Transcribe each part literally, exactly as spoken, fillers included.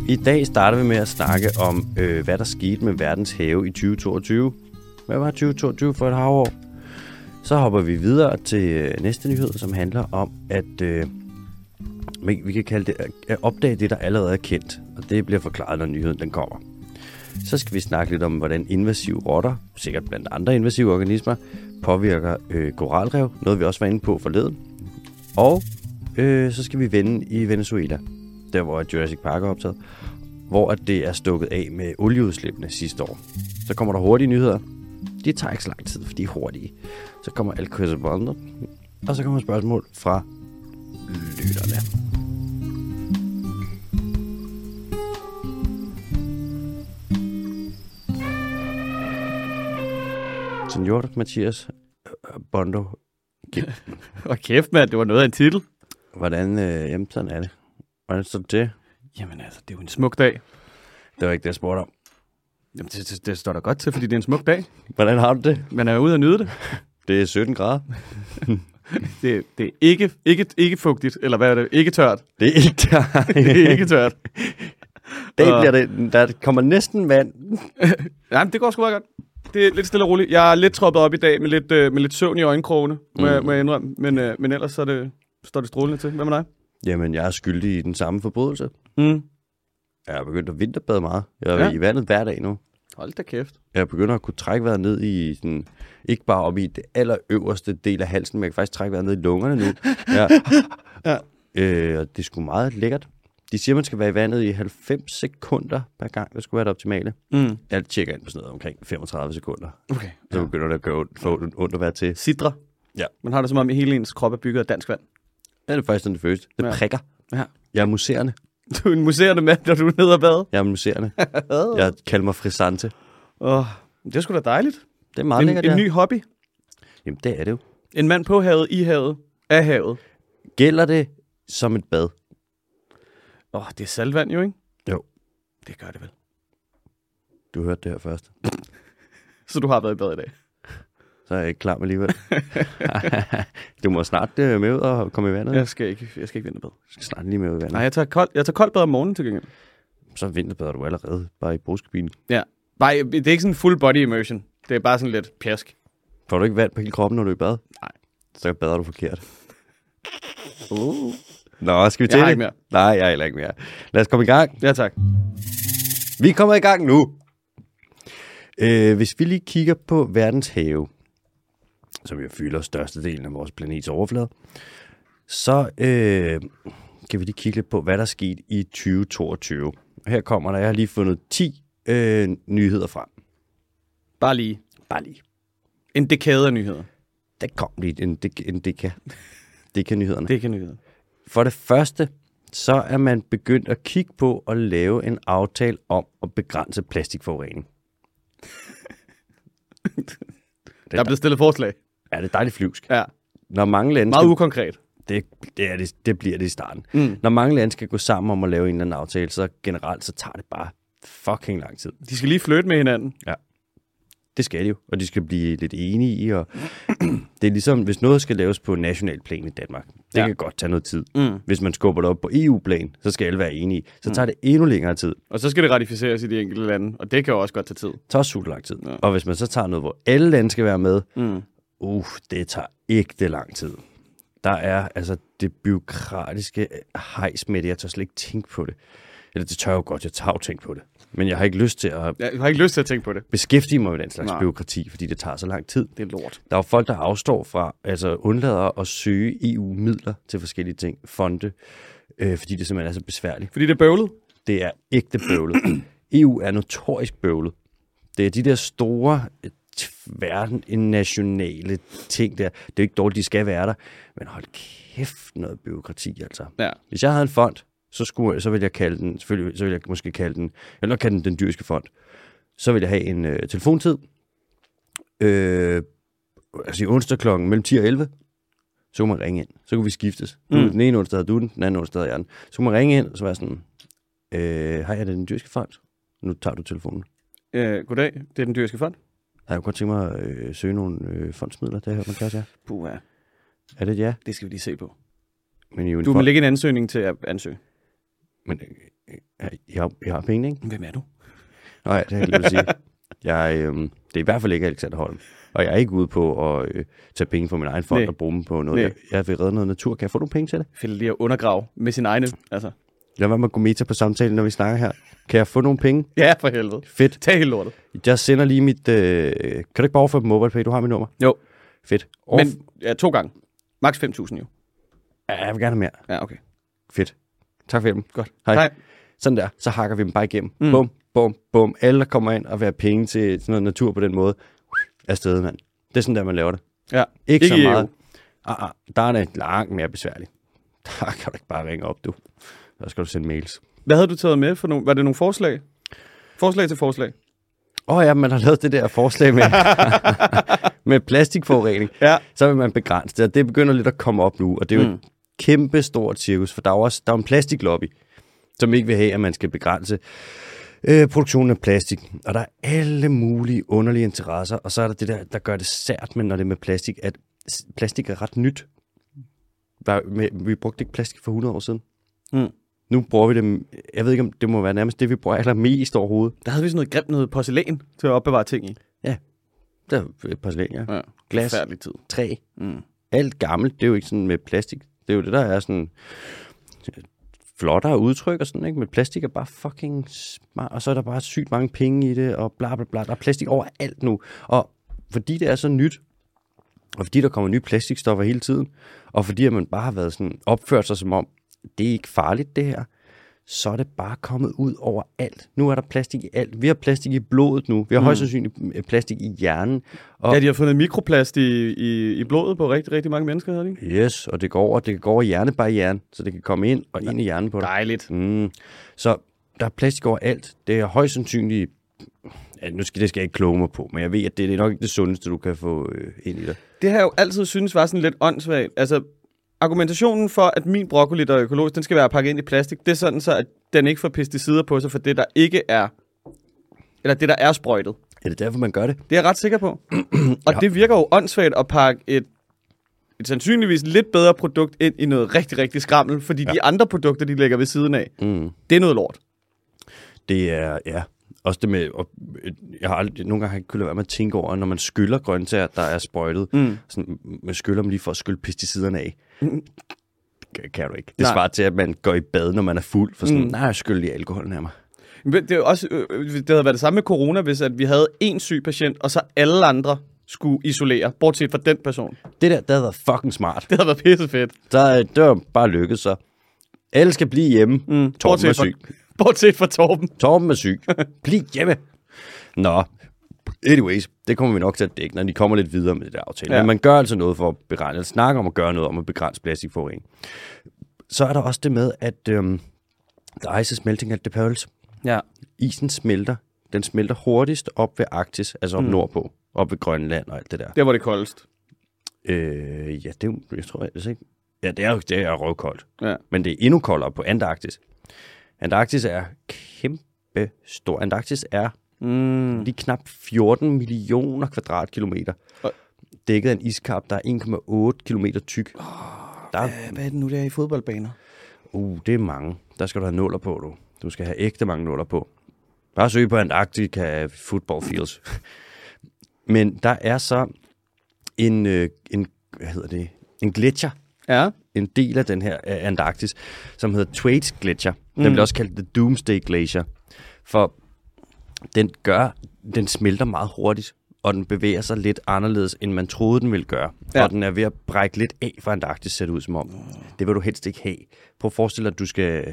I dag starter vi med at snakke om, øh, hvad der skete med verdens have i tyve toogtyve. Hvad var tyve toogtyve for et havår? Så hopper vi videre til øh, næste nyhed, som handler om, at øh, vi kan kalde det at opdage det, der allerede er kendt. Og det bliver forklaret, når nyheden den kommer. Så skal vi snakke lidt om, hvordan invasive rotter, sikkert blandt andre invasive organismer, påvirker øh, koralrev. Noget vi også var inde på forleden. Og øh, så skal vi vende i Venezuela, der hvor Jurassic Park er optaget, hvor det er stukket af med olieudslippene sidste år. Så kommer der hurtige nyheder. De tager ikke så lang tid, for de er hurtige. Så kommer El Quizabonder, og så kommer spørgsmål fra lytterne. Senior Mathias Bondo. Og kæft, mand, det var noget af en titel. Hvordan, øh, jamen sådan er det. Hvordan står det til? Jamen altså, det er jo en smuk dag. Det var ikke det, jeg spurgte om. Jamen, det, det, det står der godt til, fordi det er en smuk dag. Hvordan har du det? Man er ude at nyde det. Det er sytten grader. det, det er ikke, ikke, ikke fugtigt, eller hvad er det? Ikke tørt. Det er ikke tørt. det er ikke tørt. Det bliver det, der kommer næsten vand. Jamen, det går sgu meget godt. Det er lidt stille og roligt. Jeg er lidt troppet op i dag med lidt, øh, med lidt søvn i øjenkrogene, må, mm. jeg, må jeg indrømme. Men, øh, men ellers så det, står det strålende til. Hvad med dig? Jamen, jeg er skyldig i den samme forbrydelse. Mm. Jeg har begyndt at vinterbade meget. Jeg er Ja. i vandet hver dag nu. Hold da kæft. Jeg begynder at kunne trække vejret ned i sådan, ikke bare op i det allerøverste del af halsen, men jeg kan faktisk trække vejret ned i lungerne nu. Ja. ja. Øh, og det er sgu meget lækkert. De siger, man skal være i vandet i halvfems sekunder per gang. Det skulle være det optimale. Mm. Jeg tjekker ind på sådan noget omkring femogtredive sekunder. Okay. Så begynder det at gøre ondt, få ondt at være til. Sidre. Ja. Man har det som om, hele ens krop er bygget af dansk vand. Ja, det er faktisk sådan det føles. Det Ja. prikker. Ja. Jeg er museerne. Du er en museerende mand, når du er nede og bade. Jeg er museerne. Jeg kalder mig frisante. Åh, det er sgu da dejligt. Det er meget En, lækkert, en ja. ny hobby. Jamen, det er det jo. En mand på havet, i havet, af havet. Gælder det som et bad? Åh, oh, det er saltvand jo, ikke? Jo. Det gør det vel. Du hørte det her først. Så du har været i bad i dag? Så er jeg ikke klar med alligevel. Du må snart uh, med ud og komme i vandet. Jeg skal ikke, jeg skal ikke vinterbade. Du skal snart lige med ud i vandet. Nej, jeg tager koldt, jeg tager koldt bad om morgenen til gengæld. Så vinterbader du allerede bare i brugskabinen. Ja. Nej, det er ikke sådan full body immersion. Det er bare sådan lidt pjask. Får du ikke vand på hele kroppen, når du er i bad? Nej. Så bader du forkert. Uh. Nå, skal vi til Jeg har det? ikke mere. Nej, jeg har heller ikke mere. Lad os komme i gang. Ja, tak. Vi kommer i gang nu. Øh, hvis vi lige kigger på verdens have, som jo fylder størstedelen af vores planets overflade, så øh, kan vi lige kigge lidt på, hvad der er sket i tyve toogtyve. Her kommer der, jeg har lige fundet ti øh, nyheder frem. Bare lige. Bare lige. En dekade af nyheder. Der kom lige en, en, en deka. Deka-nyhederne. Det kan nyheder. For det første, så er man begyndt at kigge på at lave en aftale om at begrænse plastikforurening. Der er blevet stillet forslag. Ja, det er dejligt flyvsk. Ja. Når mange lande Meget skal, ukonkret. det, det, er det, det bliver det i starten. Mm. Når mange lande skal gå sammen om at lave en eller anden aftale, så generelt så tager det bare fucking lang tid. De skal lige flytte med hinanden. Ja. Det skal de jo, og de skal blive lidt enige i, og det er ligesom, hvis noget skal laves på national plan i Danmark, det Ja. kan godt tage noget tid. Mm. Hvis man skubber det op på E U-plan, så skal alle være enige. Så tager det endnu længere tid. Og så skal det ratificeres i de enkelte lande, og det kan jo også godt tage tid. Det tager også super lang tid. Ja. Og hvis man så tager noget, hvor alle lande skal være med, Mm. uh, det tager ikke det lang tid. Der er altså det byråkratiske hejs med det. Jeg tør slet ikke tænke på det. Eller det tør jeg jo godt, jeg tager jo tænke på det. Men jeg har ikke lyst til at Jeg har ikke lyst til at tænke på det. beskæftige mig med den slags Nej. byråkrati, fordi det tager så lang tid. Det er lort. Der er jo folk, der afstår fra, altså undlader at søge E U-midler til forskellige ting, fonde, øh, fordi det simpelthen er så besværligt. Fordi det er bøvlet. Det er ægte bøvlet. E U er notorisk bøvlet. Det er de der store, tværnationale ting der. Det er jo ikke dårligt, de skal være der, men hold kæft noget byråkrati, altså. Ja. Hvis jeg havde en fond, så, skulle, så ville jeg kalde den, selvfølgelig, så ville jeg måske kalde den, eller kalde den den dyriske fond. Så ville jeg have en øh, telefontid, øh, altså i onsdag klokken mellem ti og elleve, så kunne man ringe ind. Så kunne vi skiftes. Du, mm. Den ene onsdag havde du den, den anden onsdag havde jeg den. Så kunne man ringe ind, og så var jeg sådan, øh, hej, er det den dyriske fond? Nu tager du telefonen. Øh, goddag, det er den dyriske fond. Jeg kunne godt tænke mig at øh, søge nogle øh, fondsmidler, det her, man kan sige. Puh, ja. Er det et ja? Det skal vi lige se på. Men I er jo en Du må fond, lægge en ansøgning til at ansøge. men Jeg, jeg, jeg har penge, ikke? Hvem er du? Nå ja, det kan jeg lige sige. Jeg, øh, det er i hvert fald ikke Alexander Holm. Og jeg er ikke ude på at øh, tage penge fra min egen fond Nej. og bruge dem på noget. Nej. Jeg, jeg vil redde noget natur. Kan jeg få nogle penge til det? Fælde lige at undergrave med sin egne, altså. Lad være med at gå meta på samtalen, når vi snakker her. Kan jeg få nogle penge? Ja, for helvede. Fedt. Tag helt lortet. Jeg sender lige mit... Øh, kan du ikke bare overføre på MobilePay? Du har mit nummer. Jo. Fedt. Overf- Men ja, to gange. Max fem tusind jo. Ja, jeg vil gerne have mere. Ja, okay. Fedt. Tak for hjælpen. Godt. Hej. Hej. Sådan der. Så hakker vi dem bare igennem. Mm. Bum, bum, bum. Alle, der kommer ind og vil have penge til sådan noget natur på den måde, afsted, mand. Det er sådan der, man laver det. Ja. Ikke, Ikke så i meget. E U. Ah, ah, der er det langt mere besværligt. Der kan du ikke bare ringe op, du. Der skal du sende mails. Hvad havde du taget med for nogle... Var det nogle forslag? Forslag til forslag? Åh oh, ja, man har lavet det der forslag med, med plastikforurening. Ja. Så vil man begrænse det, og det begynder lidt at komme op nu. Og det er jo mm. et kæmpe stort cirkus, for der er jo også der er en plastiklobby, som ikke vil have, at man skal begrænse øh, produktionen af plastik. Og der er alle mulige underlige interesser, og så er der det der, der gør det sært, men når det er med plastik, at plastik er ret nyt. Der, med, vi brugte ikke plastik for hundrede år siden. Mm. Nu bruger vi det, jeg ved ikke, om det må være nærmest det, vi bruger allermest overhovedet. Der havde vi sådan noget grimt, noget porcelæn til at opbevare ting i. Ja, der er et porcelæn, ja. Ja. Glas, Færdig tid. træ. Mm. Alt gammelt, det er jo ikke sådan med plastik. Det er jo det, der er sådan flottere udtryk og sådan, ikke? Men plastik er bare fucking smart, og så er der bare sygt mange penge i det, og bla bla bla. Der er plastik overalt nu. Og fordi det er så nyt, og fordi der kommer nye plastikstoffer hele tiden, og fordi at man bare har været sådan opført sig som om, det er ikke farligt det her, så er det bare kommet ud over alt. Nu er der plastik i alt. Vi har plastik i blodet nu. Vi har mm. højst sandsynligt plastik i hjernen. Og Ja, de har fundet mikroplast i, i, i blodet på rigtig, rigtig mange mennesker, havde de ikke? yes, og det går over, det går over hjernebarrieren, så det kan komme ind og ind i hjernen på dig. Dejligt. Mm. Så der er plastik over alt. Det er højst sandsynligt, ja, nu skal det skal jeg ikke kloge mig på, men jeg ved, at det er nok ikke det sundeste, du kan få øh, ind i dig. Det har jeg jo altid synes var sådan lidt åndssvagt. Altså, argumentationen for, at min broccoli, der er økologisk, den skal være pakket ind i plastik, det er sådan så, at den ikke får pesticider på sig for det, der ikke er, eller det, der er sprøjtet. Er det derfor, man gør det? Det er jeg ret sikker på. Og Ja. det virker jo åndssvagt at pakke et, et sandsynligvis lidt bedre produkt ind i noget rigtig, rigtig skrammel, fordi ja. de andre produkter, de lægger ved siden af, Mm. det er noget lort. Det er, ja, også det med, og, øh, jeg har aldrig, nogle gange har jeg ikke kunnet lade være med at tænke over, når man skyller grøntsager, der er sprøjtet, Mm. sådan, man skyller dem lige for at skylle pesticiderne af. Mm. Kan, kan du ikke. Det Nej. svarer til, at man går i bad, når man er fuld, for sådan, Mm. nej, jeg skyller lige alkoholen af mig. Men det er jo også, øh, det havde været det samme med corona, hvis at vi havde en syg patient, og så alle andre skulle isolere, bortset fra den person. Det der, det havde været fucking smart. Det havde været pissefedt. Så det var bare lykkedes, så. Alle skal blive hjemme. Mm. Torben er Bortset fra- syg. Bortset fra Torben. Torben er syg. Bliv hjemme. Nå, anyways, det kommer vi nok til at dække, når de kommer lidt videre med det der aftale. Ja. Men man gør altså noget for at begrænse, eller snakker om at gøre noget om at begrænse plastikforurening. Så er der også det med, at øhm, the ice is melting at the poles. Ja. Isen smelter. Den smelter hurtigst op ved Arktis, altså op Mm. mm. nordpå, op ved Grønland og alt det der. Det var det koldest. Øh, ja, det er jo, jeg tror ellers ikke. Ja, det er jo det er røvkoldt. Ja. Men det er endnu koldere på Antarktis. Antarktis er kæmpe stor. Antarktis er Mm. lige knap fjorten millioner kvadratkilometer. Og- Dækket af en iskap, der er en komma otte kilometer tyk. Der er, Hvad, hvad er det nu, der er i fodboldbaner? uh, det er mange. Der skal du have nuller på, du. Du skal have ægte mange nuller på. Bare søg på Antarktika football fields. Men der er så en, øh, en, hvad hedder det, en gletsjer, Ja. en del af den her af Antarktis, som hedder Thwaites Gletsjer. Den Mm. bliver også kaldt The Doomsday Glacier, for den gør, den smelter meget hurtigt, og den bevæger sig lidt anderledes, end man troede, den ville gøre. Ja. Og den er ved at brække lidt af fra Antarktis, ser det ud som om. Det vil du helst ikke have. Prøv at forestille dig, at du skal...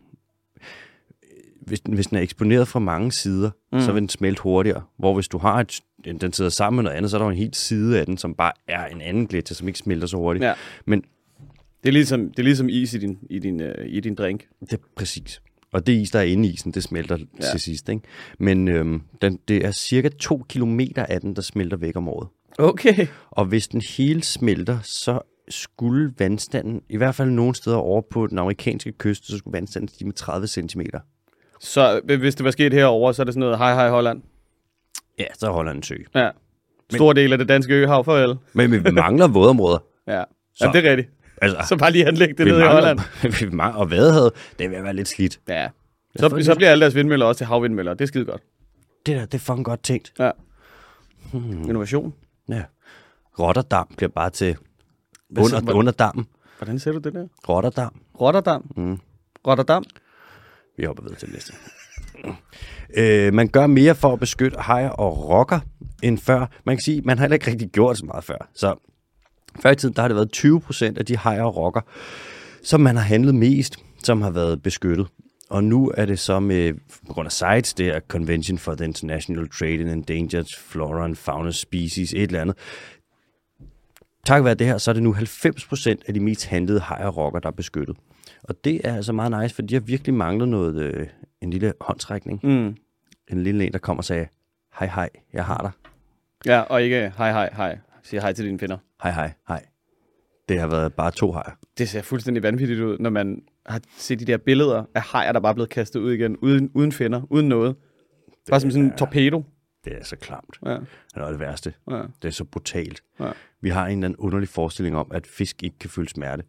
Hvis den, hvis den er eksponeret fra mange sider, Mm. mm. så vil den smelte hurtigere. Hvor hvis du har et, den sidder sammen med noget andet, så er der jo en helt side af den, som bare er en anden gletsjer, som ikke smelter så hurtigt. Ja. Men Det er ligesom, det er ligesom is i din, i din, uh, i din drink. det er præcis. Og det is, der er inde i isen, det smelter Ja. ja. til sidst. Ikke? Men øhm, den, det er cirka to kilometer af den, der smelter væk om året. Okay. Og hvis den hele smelter, så skulle vandstanden, i hvert fald nogle steder over på den amerikanske kyst, så skulle vandstanden stige med tredive centimeter. Så hvis det var sket herovre, så er det sådan noget, hej hej Holland. Ja, så holder den sø. Ja. Stor del af det danske øhav, farvel. Men vi mangler vådområder. Ja. Så. Ja, det er rigtigt. Altså, Så bare lige anlæg det vi ned i Holland. mangler, vi mangler, og Vadehavet, det vil være lidt slidt. Ja. Så, så bliver alle deres vindmøller også til havvindmøller. Det er skide godt. Det der, det er fucking godt tænkt. Ja. Hmm. Innovation. Ja. Rotterdam bliver bare til Hvad så- under, hvordan- under dammen. Hvordan ser du det der? Rotterdam. Rotterdam. Mm. Rotterdam. Vi hopper videre til det næste. øh, man gør mere for at beskytte hajer og rokker end før. Man kan sige, man har heller ikke rigtig gjort så meget før. Så før i tiden, der har det været tyve procent af de hajer og rokker, som man har handlet mest, som har været beskyttet. Og nu er det så med, på grund af CITES, det er Convention for the International Trade in Endangered Flora and Fauna Species, et eller andet. Takket være det her, så er det nu halvfems procent af de mest handlede hajer og rokker, der er beskyttet. Og det er altså meget nice, for de har virkelig manglet noget, øh, en lille håndtrækning. Mm. En lille en, der kommer og sagde, hej hej, jeg har dig. Ja, og ikke hej, hej, hej. Sig hej til dine fjender. Hej hej, hej. Det har været bare to hajer. Det ser fuldstændig vanvittigt ud, når man har set de der billeder af hajer, der bare er blevet kastet ud igen, uden, uden fjender, uden noget. Bare som sådan en torpedo. Det er så klamt. Ja. Det er noget af det værste. Ja. Det er så brutalt. Ja. Vi har en eller anden underlig forestilling om, at fisk ikke kan føle smerte.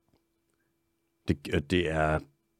Det, det er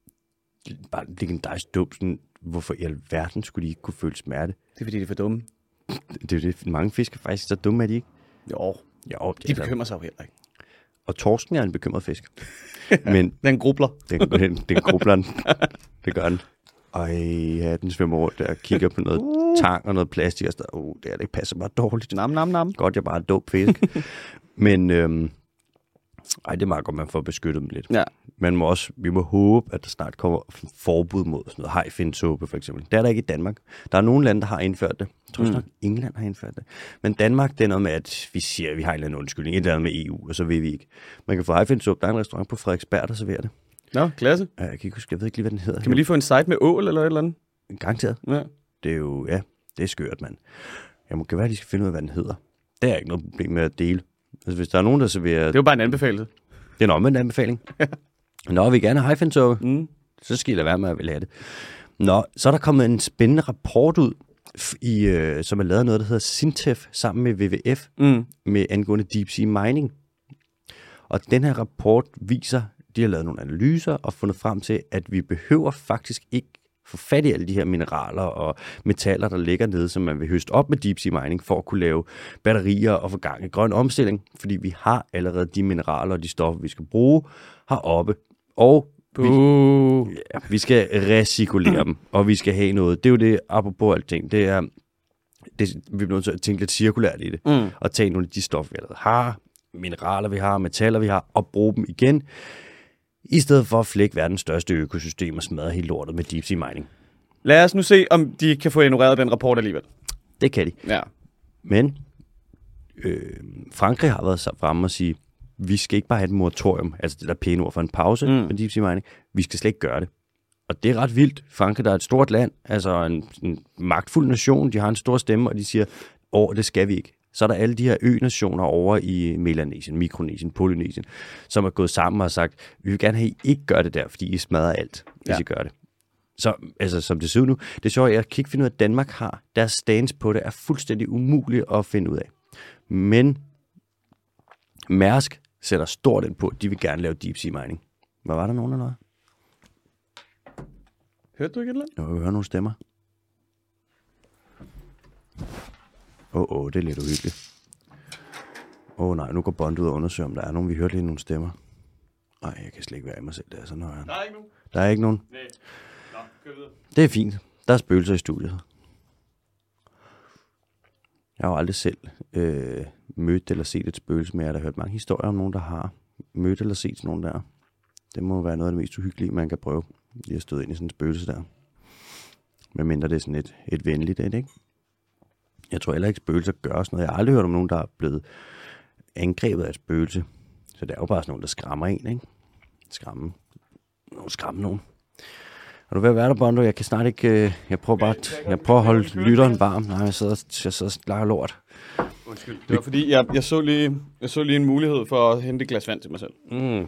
bare legendarisk dumt. Sådan, hvorfor i alverden skulle de ikke kunne føle smerte? Det er fordi, de er for dumme. Det er det. Mange fisk er faktisk så dumme, er de ikke? Jo, Jo, det de er bekymrer sig jo heller ikke. Og torsken er en bekymret fisk. Men Den grubler. den, den, den grubler den. Det gør den. Og ja, den svømmer rundt der og kigger på noget tang og noget plastik. Og sådan, oh, det, er, det passer bare dårligt. Nam, nam, nam. Godt, jeg bare er en dum fisk. Men øhm, ej, det er meget godt, man får beskyttet dem lidt. Ja. Man må også, vi må håbe, at der snart kommer forbud mod sådan noget hajfinsuppe for eksempel. Det er der ikke i Danmark. Der er nogle lande, der har indført det. Jeg tror mm. nok, England har indført det. Men Danmark, det er noget med, at vi siger, at vi har en eller anden undskyldning. Et eller andet med E U, og så vil vi ikke. Man kan få hajfinsuppe. Der er en restaurant på Frederiksberg, der serverer det. Nå, klasse. Ja, jeg kan ikke huske, jeg ved ikke lige, hvad den hedder. Kan man lige få en site med ål eller et eller andet? Garanteret. Ja. Det er jo, ja, det er skørt, mand. Jeg må kan være, at de skal finde ud af, hvad den hedder. Det er ikke noget problem med at dele. Altså, hvis der er nogen, der serverer... Det er jo bare en anbefaling. Det er en omvendt anbefaling. Nå, vi gerne have hajfinsuppe. Mm. Så skal I lade være med at ville have det. Nå, så er der kommet en spændende rapport ud, i, øh, som er lavet noget, der hedder SINTEF, sammen med W W F, Mm. med angående deep sea mining. Og den her rapport viser, de har lavet nogle analyser og fundet frem til, at vi behøver faktisk ikke få fat i alle de her mineraler og metaller, der ligger nede, som man vil høste op med deep sea mining, for at kunne lave batterier og få gang i grøn omstilling, fordi vi har allerede de mineraler og de stoffer, vi skal bruge heroppe. Og vi, ja, vi skal recirkulere dem, og vi skal have noget. Det er jo det, apropos alting, det er, det, vi bliver nødt til at tænke lidt cirkulært i det, Mm. og tage nogle af de stoffer, vi allerede har, mineraler, vi har, metaller, vi har, og bruge dem igen, i stedet for at flække verdens største økosystem og smadre helt lortet med deep sea mining. Lad os nu se, om de kan få ignoreret den rapport alligevel. Det kan de. Ja. Men øh, Frankrig har været så fremme og sige, vi skal ikke bare have et moratorium, altså det der pæne ord for en pause Mm. med deep sea mining. Vi skal slet ikke gøre det. Og det er ret vildt. Frankrig, der er et stort land, altså en, en magtfuld nation, de har en stor stemme, og de siger, åh, det skal vi ikke. Så er der alle de her ø-nationer over i Melanesien, Mikronesien, Polynesien, som er gået sammen og har sagt, vi vil gerne have, at I ikke gør det der, fordi I smadrer alt, hvis Ja. I gør det. Så altså, som det ser ud nu, det er sjovt, jeg kan ikke finde ud af, at Danmark har, deres stance på det er fuldstændig umuligt at finde ud af. Men Mærsk sætter stort ind på, at de vil gerne lave deep sea mining. Hvad var der nogen eller noget? Hørte du ikke et eller andet? Jeg kan høre nogle stemmer. Åh, oh, oh, det er lidt uhyggeligt. Åh oh, nej, nu går Bond ud og undersøger, om der er nogen. Vi hørte lige nogle stemmer. Nej, jeg kan slet ikke være i mig selv. Det er sådan noget. Der er ikke nogen. Der er ikke nogen. Nej. Nå, kør videre. Det er fint. Der er spøgelser i studiet. Jeg har jo aldrig selv øh, mødt eller set et spøgelse, men jeg har da hørt mange historier om nogen, der har mødt eller set sådan nogen der. Det må være noget af det mest uhyggelige, man kan prøve. Lige at støde ind i sådan et spøgelse der. Medmindre det er sådan et, et venligt et, ikke? Jeg tror heller ikke, spøgelser gør sådan noget. Jeg har aldrig hørt om nogen, der er blevet angrebet af et spøgelse. Så det er jo bare sådan nogen, der skræmmer en, ikke? Skræmme. Nogen skræmme nogen. Er du ved at være der, Bondo? Jeg kan snart ikke... Øh, jeg prøver bare... Jeg prøver at holde lytteren varm. Nej, jeg sidder, jeg sidder og lager lort. Undskyld. Det var fordi, jeg, jeg, så lige, jeg så lige en mulighed for at hente et glas vand til mig selv. Mm.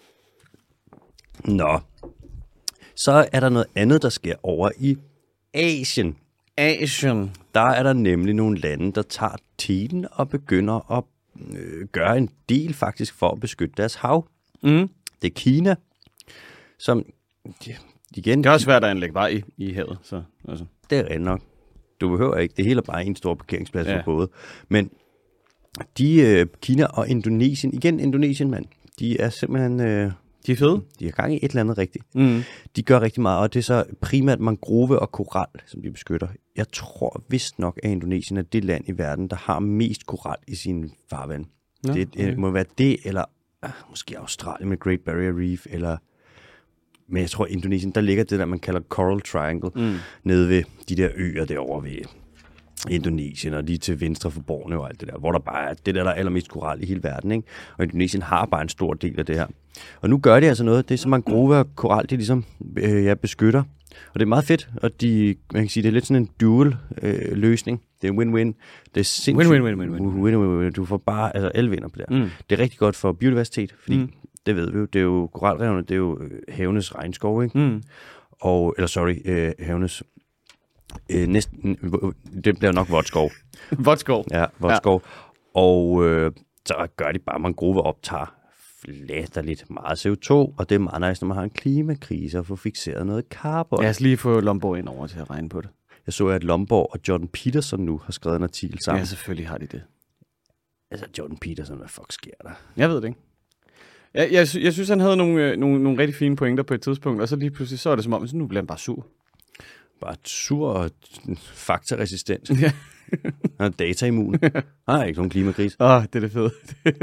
Nå. Så er der noget andet, der sker over i Asien. Asien. Der er der nemlig nogle lande, der tager teten og begynder at øh, gøre en del faktisk for at beskytte deres hav. Mm. Det er Kina, som... igen... Det er også svært at anlægge vej i, i havet, så... Altså. Det er rent nok. Du behøver ikke. Det hele er bare en stor parkeringsplads ja. for både. Men de, øh, Kina og Indonesien, igen Indonesien, mand, de er simpelthen... Øh, de er fede. De har gang i et eller andet rigtigt. Mm. De gør rigtig meget, og det er så primært mangrove og koral, som de beskytter. Jeg tror vist nok, at Indonesien er det land i verden, der har mest koral i sin farvand. Ja, det okay. må være det, eller øh, måske Australien med Great Barrier Reef, eller... Men jeg tror, i Indonesien, der ligger det der, man kalder Coral Triangle, mm. nede ved de der øer derovre ved Indonesien, og lige til venstre for Borneo og alt det der, hvor der bare er det der, der er allermest koral i hele verden, ikke? Og Indonesien har bare en stor del af det her. Og nu gør de altså noget, det er så mangrove og koral, de ligesom øh, ja, beskytter. Og det er meget fedt, og de, man kan sige, det er lidt sådan en dual øh, løsning. Det er win-win. Det er sindssygt. Win-win-win-win. Du får bare, altså alle vinder på det her. Mm. Det er rigtig godt for biodiversitet, fordi mm. det ved vi jo, det er jo koralrevene, det er jo havenes regnskov, ikke? Mm. Og, eller sorry, øh, havenes, øh, næsten, det bliver nok vådskov. Vådskov. Ja, vådskov. Ja. Og øh, så gør de bare, man grove optager latterligt meget C O to, og det er meget nice, når man har en klimakrise og får fikseret noget carbon. Lad os lige få Lomborg ind over til at regne på det. Jeg så, at Lomborg og Jordan Peterson nu har skrevet en artikel sammen. Ja, selvfølgelig har de det. Altså, Jordan Peterson, hvad fuck sker der? Jeg ved det ikke. Jeg, jeg, jeg synes, han havde nogle, øh, nogle, nogle rigtig fine pointer på et tidspunkt, og så lige pludselig, så er det som om, så nu bliver han bare sur. Bare sur og faktaresistent. Ja. Han er dataimmun. Han har ikke nogen klimakrise. Åh, oh, det er det fede.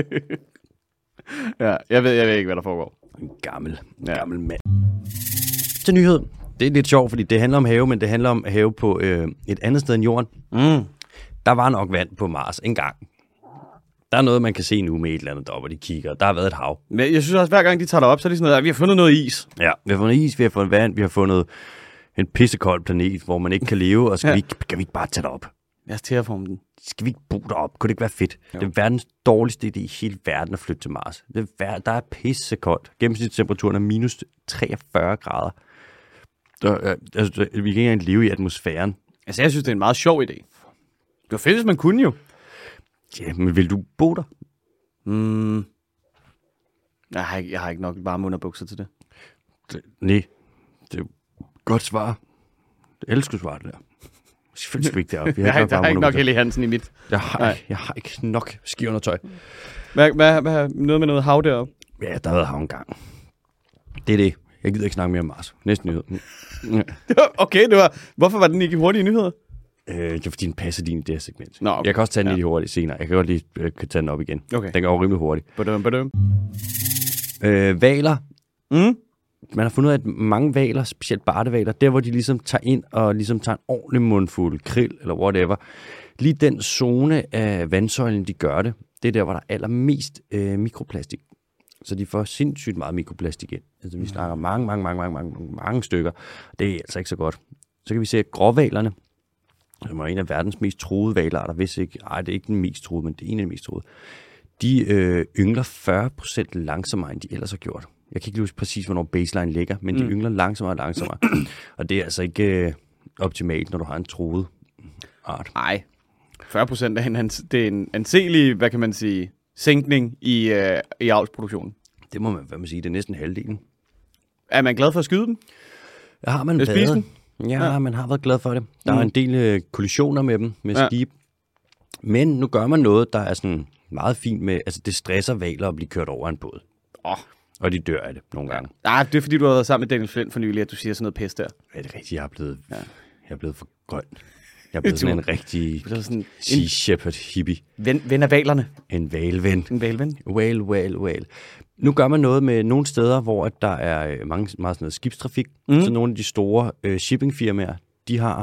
Ja, jeg ved, jeg ved ikke, hvad der foregår. En gammel, ja. gammel mand. Til nyhed. Det er lidt sjovt, fordi det handler om have, men det handler om have på øh, et andet sted end jorden. Mm. Der var nok vand på Mars engang. Der er noget, man kan se nu med et eller andet deroppe, og de kigger. Der har været et hav. Men jeg synes også, hver gang de tager det op, så er de sådan noget, at vi har fundet noget is. Ja, vi har fundet is, vi har fundet vand, vi har fundet en pissekold planet, hvor man ikke kan leve, og skal, ja. vi, ikke, kan vi ikke bare tage det op? Lad os terraforme den. Skal vi ikke bo derop? Kunne det ikke være fedt? Jo. Det er verdens dårligste idé i hele verden at flytte til Mars. Det er, der er pissekoldt. Gennemsnitstemperaturen er minus treogfyrre grader. Der, altså, vi kan ikke engang leve i atmosfæren. Altså, jeg synes, det er en meget sjov idé. Det var fedt, hvis man kunne jo. Ja, men vil du bo der? Mm. Jeg, har ikke, jeg har ikke nok varme underbukser til det. det nej, det er godt svar. Jeg elsker svaret der. Selvfølgelig skal vi ikke deroppe. Jeg har, jeg har ikke nok Helly Hansen i mit. Jeg har, jeg har ikke nok skiundertøj. Hvad, hvad, hvad, noget med noget hav deroppe? Ja, der har været hav engang. Det er det. Jeg gider ikke snakke mere om Mars. Næste nyhed. Okay, det var, hvorfor var den ikke i hurtige nyheder? Øh, det er fordi, den passer din i det her segment. Nå, okay. Jeg kan også tage den ja. lidt hurtigt senere. Jeg kan godt lige øh, tage den op igen. Okay. Den går jo rimelig hurtigt. Badum, badum. Øh, valer. Mm. Man har fundet ud af, at mange valer, specielt bartevaler, der hvor de ligesom tager ind og ligesom tager en ordentlig mundfuld krill eller whatever, lige den zone af vandsøjlen, de gør det, det er der, hvor der er allermest øh, mikroplastik. Så de får sindssygt meget mikroplastik ind. Altså vi snakker mange, mange, mange, mange, mange, mange stykker. Det er altså ikke så godt. Så kan vi se, at gråvalerne, som er en af verdens mest truede valarter, hvis ikke, ej, det er ikke den mest truede, men det er en af de mest truede, de øh, yngler fyrre procent langsommere, end de ellers har gjort. Jeg kan ikke huske præcis, hvornår baseline ligger, men de mm. yngler langsommere og langsommere. Og det er altså ikke øh, optimalt, når du har en truet art. Nej, fyrre procent er en, det er en anselig, hvad kan man sige, sænkning i, øh, i avlsproduktionen. Det må man, hvad man sige, det er næsten halvdelen. Er man glad for at skyde dem? Ja, har man været. Ja, ja, man har været glad for det. Der mm. er en del øh, kollisioner med dem, med ja. skib. Men nu gør man noget, der er sådan meget fint med, altså det stresser valer at blive kørt over en båd. Åh. Oh. Og de dør af det nogle gange. Nej, det er fordi, du har været sammen med Daniel Flint for nylig, at du siger sådan noget pis der. Ja, det er rigtigt. Jeg er blevet, ja. jeg er blevet for grøn. Jeg er blevet du, sådan en rigtig sådan Sea Shepherd hippie. Ven, ven af valerne. En valven. En valven. Whale, whale, whale. Nu gør man noget med nogle steder, hvor der er mange, meget sådan noget skibstrafik. Mm. Så nogle af de store øh, shippingfirmaer, de har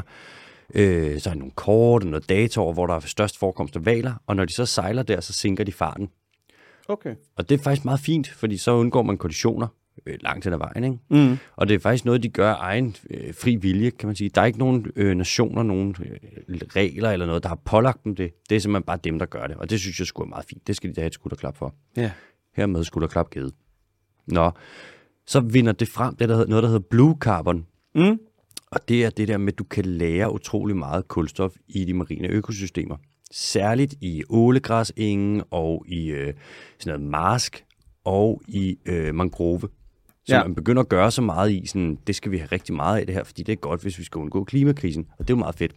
øh, så er nogle kort og noget data over, hvor der er størst forekomst af valer. Og når de så sejler der, så sænker de farten. Okay. Og det er faktisk meget fint, fordi så undgår man kollisioner øh, langt hen ad vejen, ikke? Mm. Og det er faktisk noget, de gør af egen øh, fri vilje, kan man sige. Der er ikke nogen øh, nationer, nogen øh, regler eller noget, der har pålagt dem det. Det er simpelthen bare dem, der gør det. Og det synes jeg skulle er meget fint. Det skal de da have et skulderklap for. Ja. Yeah. Hermed skulderklap givet. Nå, så vinder det frem, det der hedder, noget, der hedder blue carbon. Mm. Og det er det der med, at du kan lære utrolig meget kulstof i de marine økosystemer. Særligt i ålegræsengen og i øh, sådan noget marsk og i øh, mangrove. Så Ja. man begynder at gøre så meget i, sådan, det skal vi have rigtig meget af det her, fordi det er godt, hvis vi skal undgå klimakrisen. Og det er jo meget fedt.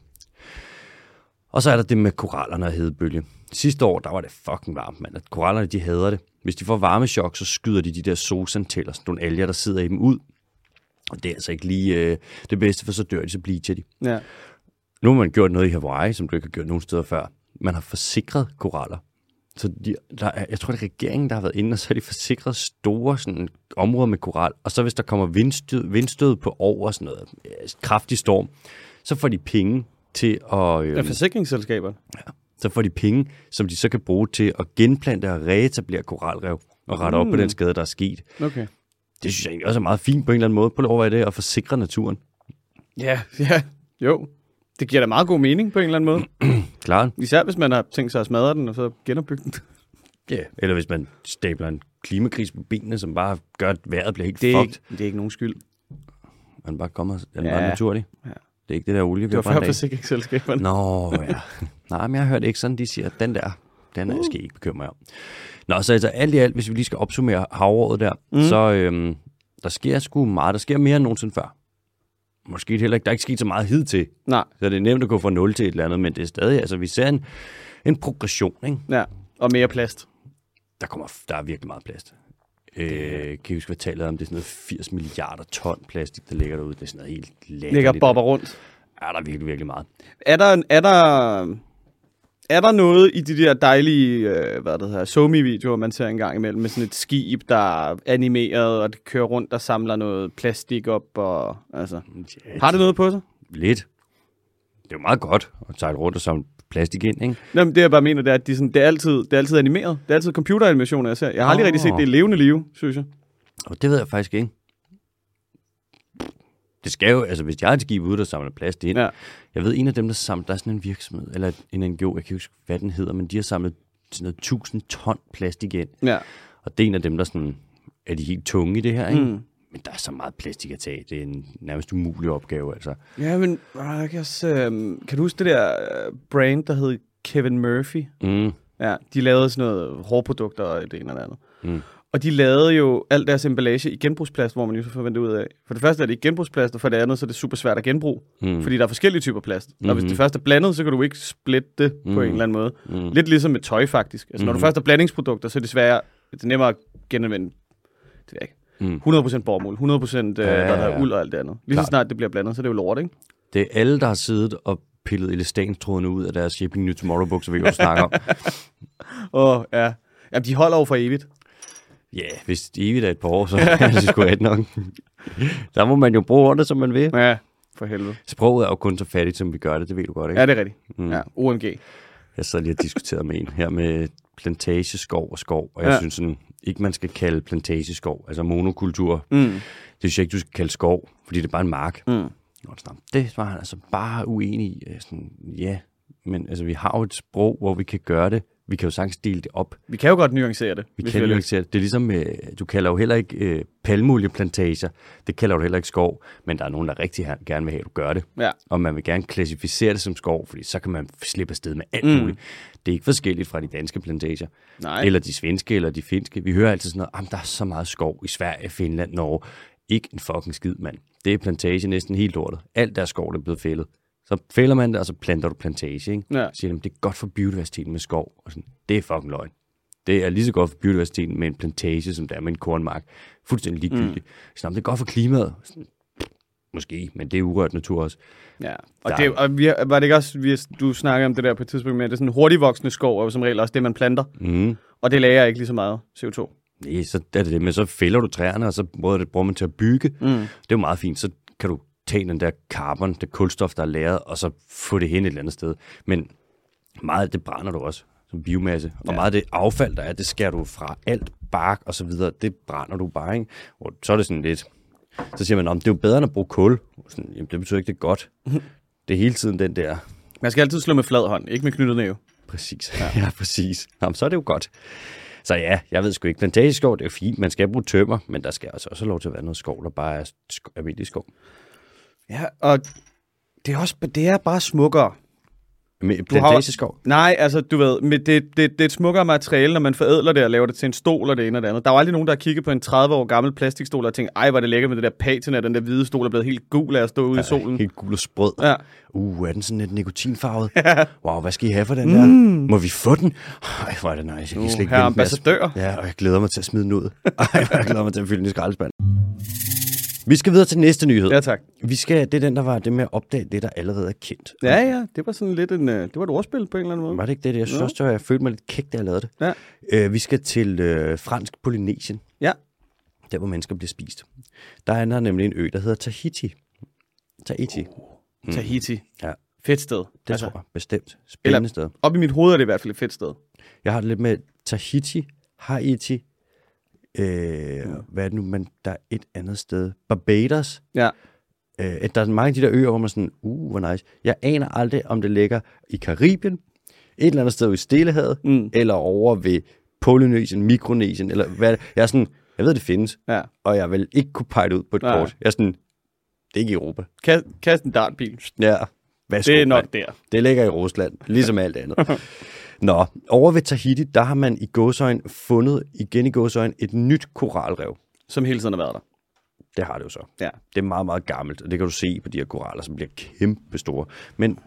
Og så er der det med korallerne og hedebølge. Sidste år, der var det fucking varmt, mand. At korallerne, de hader det. Hvis de får varmechok, så skyder de de der zooxanteller, sådan nogle alger, der sidder i dem ud. Og det er altså ikke lige øh, det bedste, for så dør de, så bleacher de. Ja. Nu har man gjort noget i Hawaii, som du ikke har gjort nogen steder før. Man har forsikret koraller. Så de, der er, jeg tror, det er regeringen, der har været inde, og så har de forsikret store sådan, områder med koral. Og så hvis der kommer vindstød, vindstød på over sådan noget kraftig storm, så får de penge til at... Øh, Ja, forsikringsselskaber. Ja, så får de penge, som de så kan bruge til at genplante og reetablere koralrev og rette mm. op på den skade, der er sket. Okay. Det synes jeg egentlig også er meget fint på en eller anden måde. På lov af det at forsikre naturen. Ja, ja, jo. Det giver da meget god mening på en eller anden måde. Klart. Især hvis man har tænkt sig at smadre den, og så genopbygge den. Ja, yeah. Eller hvis man stabler en klimakris på benene, som bare gør, at vejret bliver helt det er fucked. ikke, det er ikke nogen skyld. Man bare kommer, den er Ja. bare naturlig. Ja. Det er ikke det der olie, vi Det har var før brændt af. forsikringsselskaberne. Nå, ja. Nej, men jeg har hørt ikke sådan, de siger, at den der, den er jeg skal ikke bekymre mig om. Nå, så altså alt i alt, hvis vi lige skal opsummere havåret der, mm. så øhm, der sker sgu meget. Der sker mere end nogensinde før. Måske heller ikke, der er ikke sket så meget hidtil. Nej. Så det er nemt at gå fra nul til et eller andet, men det er stadig, altså vi ser en, en progression, ikke? Ja, og mere plast. Der, kommer, der er virkelig meget plast. Øh, kan I huske, hvad tallet om? Det er sådan noget firs milliarder ton plastik, der ligger derude. Det er sådan noget helt lækkert. Ligger bobber rundt. Ja, der er virkelig, virkelig meget. Er der, er der, er der noget i de der dejlige, øh, hvad det hedder, somi-videoer, man ser en gang imellem, med sådan et skib, der er animeret, og det kører rundt og samler noget plastik op, og altså... Ja, Har det noget på sig? Lidt. Det er jo meget godt at sejle rundt og samle plastik ind, ikke? Nå, men det jeg bare mener, det er, at de sådan, det, er altid, det er altid animeret. Det er altid computeranimationer, jeg ser. Jeg har aldrig Åh. rigtig set det i levende liv, synes jeg. Og det ved jeg faktisk ikke. Det skal jo, altså hvis jeg har et skib ude, der samler plast ind. Ja. Jeg ved, en af dem, der samler, der er sådan en virksomhed, eller en N G O, jeg kan ikke huske, hvad den hedder, men de har samlet sådan noget tusind ton plastik ind. Ja. Og det er en af dem, der sådan, er de helt tunge i det her, ikke? Mm. Men der er så meget plastik at tage. Det er en nærmest umulig opgave, altså. Ja, men jeg kan, også, øh, kan du huske det der øh, brand, der hed Kevin Murphy? Mm. Ja, de lavede sådan noget hårprodukter og det ene eller andet. Mm. Og de lavede jo alt deres emballage i genbrugsplast, hvor man jo så forventer ud af. For det første er det ikke genbrugsplast, og for det andet så er det super svært at genbruge. Mm. Fordi der er forskellige typer plast. Mm-hmm. Og hvis det først er blandet, så kan du ikke splitte det mm. på en eller anden måde. Mm. Lidt ligesom med tøj faktisk. Altså mm. når du først har blandingsprodukter, så er det svært, det er nemmere at genanvende. Det er ikke. Mm. hundrede procent bomuld, hundrede procent øh, ja, ja, ja. Der er uld og alt det andet. Lige Klar. så snart det bliver blandet, så er det jo lort, ikke? Det er alle, der har siddet og pillet elastanstrådene ud af deres Shipping New Tomorrow-bukser, vi jo snakker om. Åh, oh, ja. Jamen, de holder jo for evigt. Ja, yeah, hvis det evigt er et par år, så er det sgu ret nok. Der må man jo bruge ordene, som man vil. Ja, for helvede. Sproget er jo kun så fattigt, som vi gør det, det ved du godt, ikke? Ja, det er rigtigt. Mm. Ja, O M G. Jeg sad lige og diskuterede med en her med plantageskov og skov, og jeg ja. synes sådan, ikke man skal kalde plantageskov, altså monokultur. Mm. Det synes jeg ikke, du skal kalde skov, fordi det er bare en mark. Mm. Det var han altså bare uenig i. Sådan, ja, men altså, vi har jo et sprog, hvor vi kan gøre det. Vi kan jo sagtens dele det op. Vi kan jo godt nuancere det. Vi kan nuancere det. Det er ligesom, øh, du kalder jo heller ikke øh, palmolieplantager. Det kalder du heller ikke skov. Men der er nogen, der rigtig gerne vil have, at du gør det. Ja. Og man vil gerne klassificere det som skov, fordi så kan man slippe afsted med alt mm. muligt. Det er ikke forskelligt fra de danske plantager. Nej. Eller de svenske, eller de finske. Vi hører altid sådan noget, der er så meget skov i Sverige, Finland, Norge. Ikke en fucking skid, mand. Det er plantage næsten helt lortet. Alt der skov, der er blevet fældet. Så fælder man det, og så planter du plantage, ikke? Ja. Så siger de, det er godt for biodiversiteten med skov. Og sådan, det er fucking løgn. Det er lige så godt for biodiversiteten med en plantage, som der er med en kornmark. Fuldstændig ligegyldigt. Mm. Så det er godt for klimaet. Sådan, måske, men det er urørt natur også. Ja, og, det, og vi, var det ikke også, vi, du snakkede om det der på et tidspunkt med, at det er sådan en hurtigvoksende skov, og som regel også det, man planter. Mm. Og det lagrer ikke lige så meget C O to. Nej, så er det det, men så fælder du træerne, og så bruger, det, bruger man til at bygge. Mm. Det er jo meget fint, så kan du tage den der carbon, det kulstof, der er lagret, og så få det hen et eller andet sted. Men meget af det brænder du også som biomasse. Og ja. meget af det affald, der er, det skærer du fra alt bark og så videre. Det brænder du bare, ikke? Og så er det sådan lidt... Så siger man, om det er jo bedre end at bruge kul. Sådan, jamen, det betyder ikke, det er godt. Det er hele tiden den der... Man skal altid slå med flad hånd, ikke med knyttet næve. Præcis. Ja, ja præcis. Jamen, så er det jo godt. Så ja, jeg ved sgu ikke. Plantageskov, det er jo fint. Man skal bruge tømmer, men der skal altså også lov til at være noget skov, der bare er sk- almindelig skov. Ja, og det er, også, det er bare smukkere. Med plantageskov? Nej, altså du ved, med det, det, det er et smukkere materiale, når man forædler det og laver det til en stol og det ene og det andet. Der er jo aldrig nogen, der har kigget på en tredive år gammel plastikstol og tænkt, ej, hvor er det lækker med det der patina, den der hvide stol er blevet helt gul af at stå ude ja, i solen. Helt gul og sprød. Ja. Uh, er den sådan lidt nikotinfarvet? Ja. Wow, hvad skal I have for den der? Mm. Må vi få den? Ej, hvor er det nice. Jeg kan uh, her ambassadør. Ja, og jeg glæder mig til at smide den ud. Ej, jeg glæder mig til at fylde den i skraldespanden. Vi skal videre til næste nyhed. Ja, tak. Vi skal, det er den, der var det med at opdage det, der allerede er kendt. Ja, ja, det var sådan lidt en, det var et ordspil på en eller anden måde. Var det ikke det? Jeg synes også, at jeg følte mig lidt kægt, da jeg lavede det. Ja. Uh, vi skal til uh, fransk Polynesien. Ja. Der, hvor mennesker bliver spist. Der er der nemlig en ø, der hedder Tahiti. Tahiti. Oh, mm. Tahiti. Ja. Fedt sted. Det altså, tror jeg bestemt. Spændende eller, sted. Op i mit hoved er det i hvert fald et fedt sted. Jeg har det lidt med Tahiti, Haiti, øh, mm. hvad er det nu, men der er et andet sted. Barbados. Ja. Øh, der er mange af de der øer, hvor man sådan, uh, hvor nice. Jeg aner aldrig, om det ligger i Karibien, et eller andet sted i Stillehavet, mm. eller over ved Polynesien, Mikronesien, eller hvad det. Jeg er sådan, jeg ved, det findes, ja. Og jeg vil ikke kunne pege det ud på et kort. Jeg er sådan, det er ikke i Europa. Kast, kast en dartpil. Ja. Værsgo, det er nok man. der. Det ligger i Rusland, ligesom alt andet. Nå, over ved Tahiti, der har man i gåseøjne fundet, igen i gåseøjne, et nyt koralrev. Som hele tiden har været der. Det har det jo så. Ja. Det er meget, meget gammelt, og det kan du se på de her koraller, som bliver kæmpe store. Men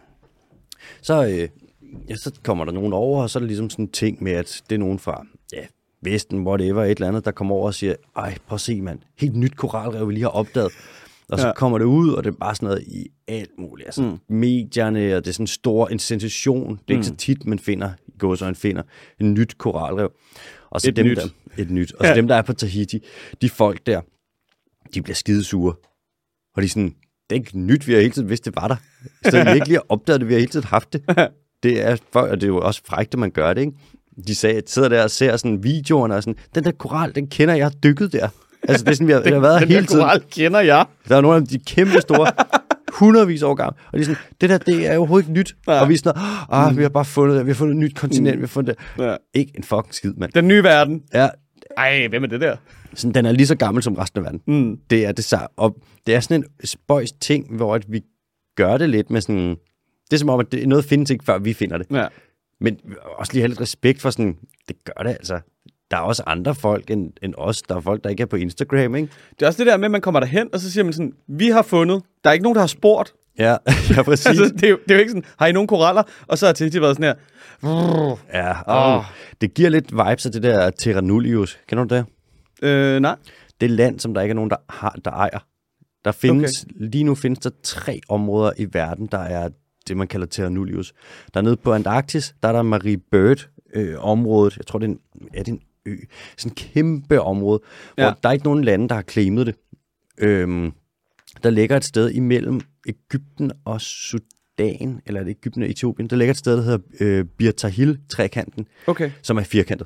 så, øh, ja, så kommer der nogen over, og så er det ligesom sådan en ting med, at det er nogen fra ja, Vesten, whatever, et eller andet, der kommer over og siger, ej, prøv at se, mand, helt nyt koralrev, vi lige har opdaget. Og så ja. kommer det ud, og det er bare sådan noget i alt muligt. Altså mm. medierne, og det er sådan en stor en sensation. Det er mm. ikke så tit, man finder, i gåseøjne finder, en nyt koralrev. Og så et dem, nyt. Der, et nyt. Og så ja. dem, der er på Tahiti, de folk der, de bliver skidesure. Og de er sådan, det er ikke nyt, vi har hele tiden vidst, det var der. Så vi ikke lige har opdaget det, vi har hele tiden haft det. Det er, og det er jo også frækt, at man gør det, ikke? De sagde, sidder der og ser sådan videoerne og sådan, den der koral, den kender jeg, har dykket der. Altså det er sådan, vi har, den, har været den hele tiden. Den koral kender jeg. Der er nogle af de kæmpe store, hundredvis år gamle. Og de er sådan, det der, det er jo overhovedet ikke nyt. Ja. Og vi er sådan, ah, mm. vi har bare fundet, vi har fundet et nyt kontinent, mm. vi har fundet det. Ja. Ikke en fucking skid, mand. Den nye verden. Ja. Ej, hvem er det der? Sådan, den er lige så gammel som resten af verden. Mm. Det er det så. Og det er sådan en spøjs ting, hvor at vi gør det lidt med sådan, det er som om, at det, noget findes ikke, før vi finder det. Ja. Men også lige have lidt respekt for sådan, det gør det altså. Der er også andre folk end, end os. Der er folk, der ikke er på Instagram, ikke? Det er også det der med, at man kommer derhen, og så siger man sådan, vi har fundet. Der er ikke nogen, der har spurgt. Ja, ja præcis. altså, det, er jo, det er jo ikke sådan, har I nogle koraller? Og så har Tahiti været sådan her. Ja, og oh. det giver lidt vibes af det der Terra Nullius. Kender du det? Øh, nej. Det er land, som der ikke er nogen, der, har, der ejer. Der findes, okay. Lige nu findes der tre områder i verden, der er det, man kalder Terra Nullius. Der er nede på Antarktis, der er der Marie Byrd øh, området. Jeg tror, det er en, er det en ø. Sådan et kæmpe område, ja. Hvor der er ikke nogen lande, der har claimet det. Øhm, der ligger et sted imellem Egypten og Sudan, eller er det Egypten og Etiopien? Der ligger et sted, der hedder øh, Bir Tahil-trekanten, okay. som er firkantet.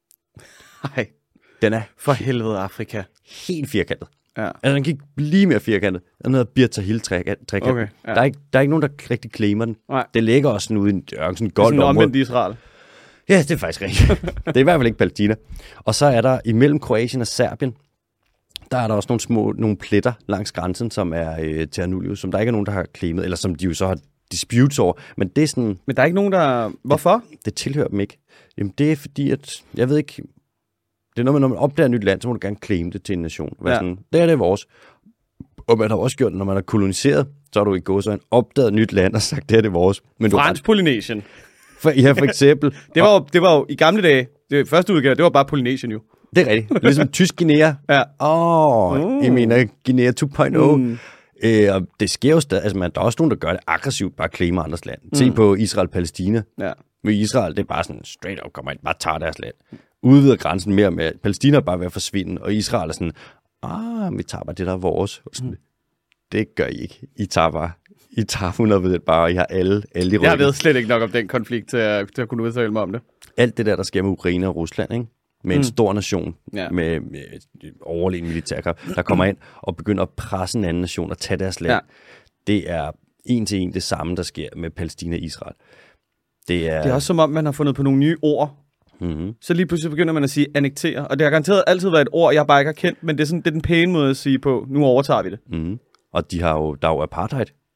Nej. Den er for helvede Afrika. Helt firkantet. Ja. Altså, den kan ikke blive mere firkantet. Den hedder Bir Tahil-trekanten. Okay, ja. der, er ikke, der er ikke nogen, der rigtig claimer den. Nej. Det ligger også sådan ude i en ørken, sådan et goldt område. Det er sådan område. omvendt Israel. Ja, det er faktisk rigtigt. Det er i hvert fald ikke Palæstina. Og så er der imellem Kroatien og Serbien, der er der også nogle små nogle pletter langs grænsen, som er øh, Terra Nullius, som der ikke er nogen, der har claimet, eller som de jo så har disputes over. Men det er sådan... Men der er ikke nogen, der... Hvorfor? Det, det tilhører dem ikke. Jamen, det er fordi, at... Jeg ved ikke... Det er noget med, når man opdager et nyt land, så må du gerne claime det til en nation. Ja. Sådan, det er det vores. Og man har også gjort, når man har koloniseret, så har du i gåseøjne opdaget et nyt land og sagt, det er det vores. Men Fransk Polynesien. For, ja, for eksempel. det, var jo, det var jo i gamle dage, det første udgave, det var bare Polynesien jo. Det er rigtigt. Ligesom tysk Guinea. Ja. Åh, oh, mm. jeg mener Guinea to punkt nul. Mm. Øh, og det sker jo stadig. Altså, man, der er også nogen, der gør det aggressivt, bare claimer andres land. Mm. Se på Israel-Palæstina. Ja. Med Israel, det er bare sådan straight up, kommer ind, bare tager deres land. Udvider grænsen mere med, Palæstina er bare ved at forsvinde, og Israel er sådan, ah, vi tager bare det, der er vores. Sådan, mm. Det gør I ikke. I tager bare, I tager hundrede procent bare, og I har alle, alle i ryggen. Jeg ved slet ikke nok om den konflikt, til at, til at kunne udtale mig om det. Alt det der, der sker med Ukraine og Rusland, ikke? Med mm. en stor nation, ja. med, med overlegen militærkraft, der kommer ind og begynder at presse en anden nation og tage deres land. Ja. Det er en til en det samme, der sker med Palæstina og Israel. Det er, det er også som om, man har fundet på nogle nye ord. Mm-hmm. Så lige pludselig begynder man at sige annektere. Og det har garanteret altid været et ord, jeg bare ikke har kendt, men det er, sådan, det er den pæne måde at sige på, nu overtager vi det. Mm-hmm. Og de har jo, der er jo apartheid. Ja.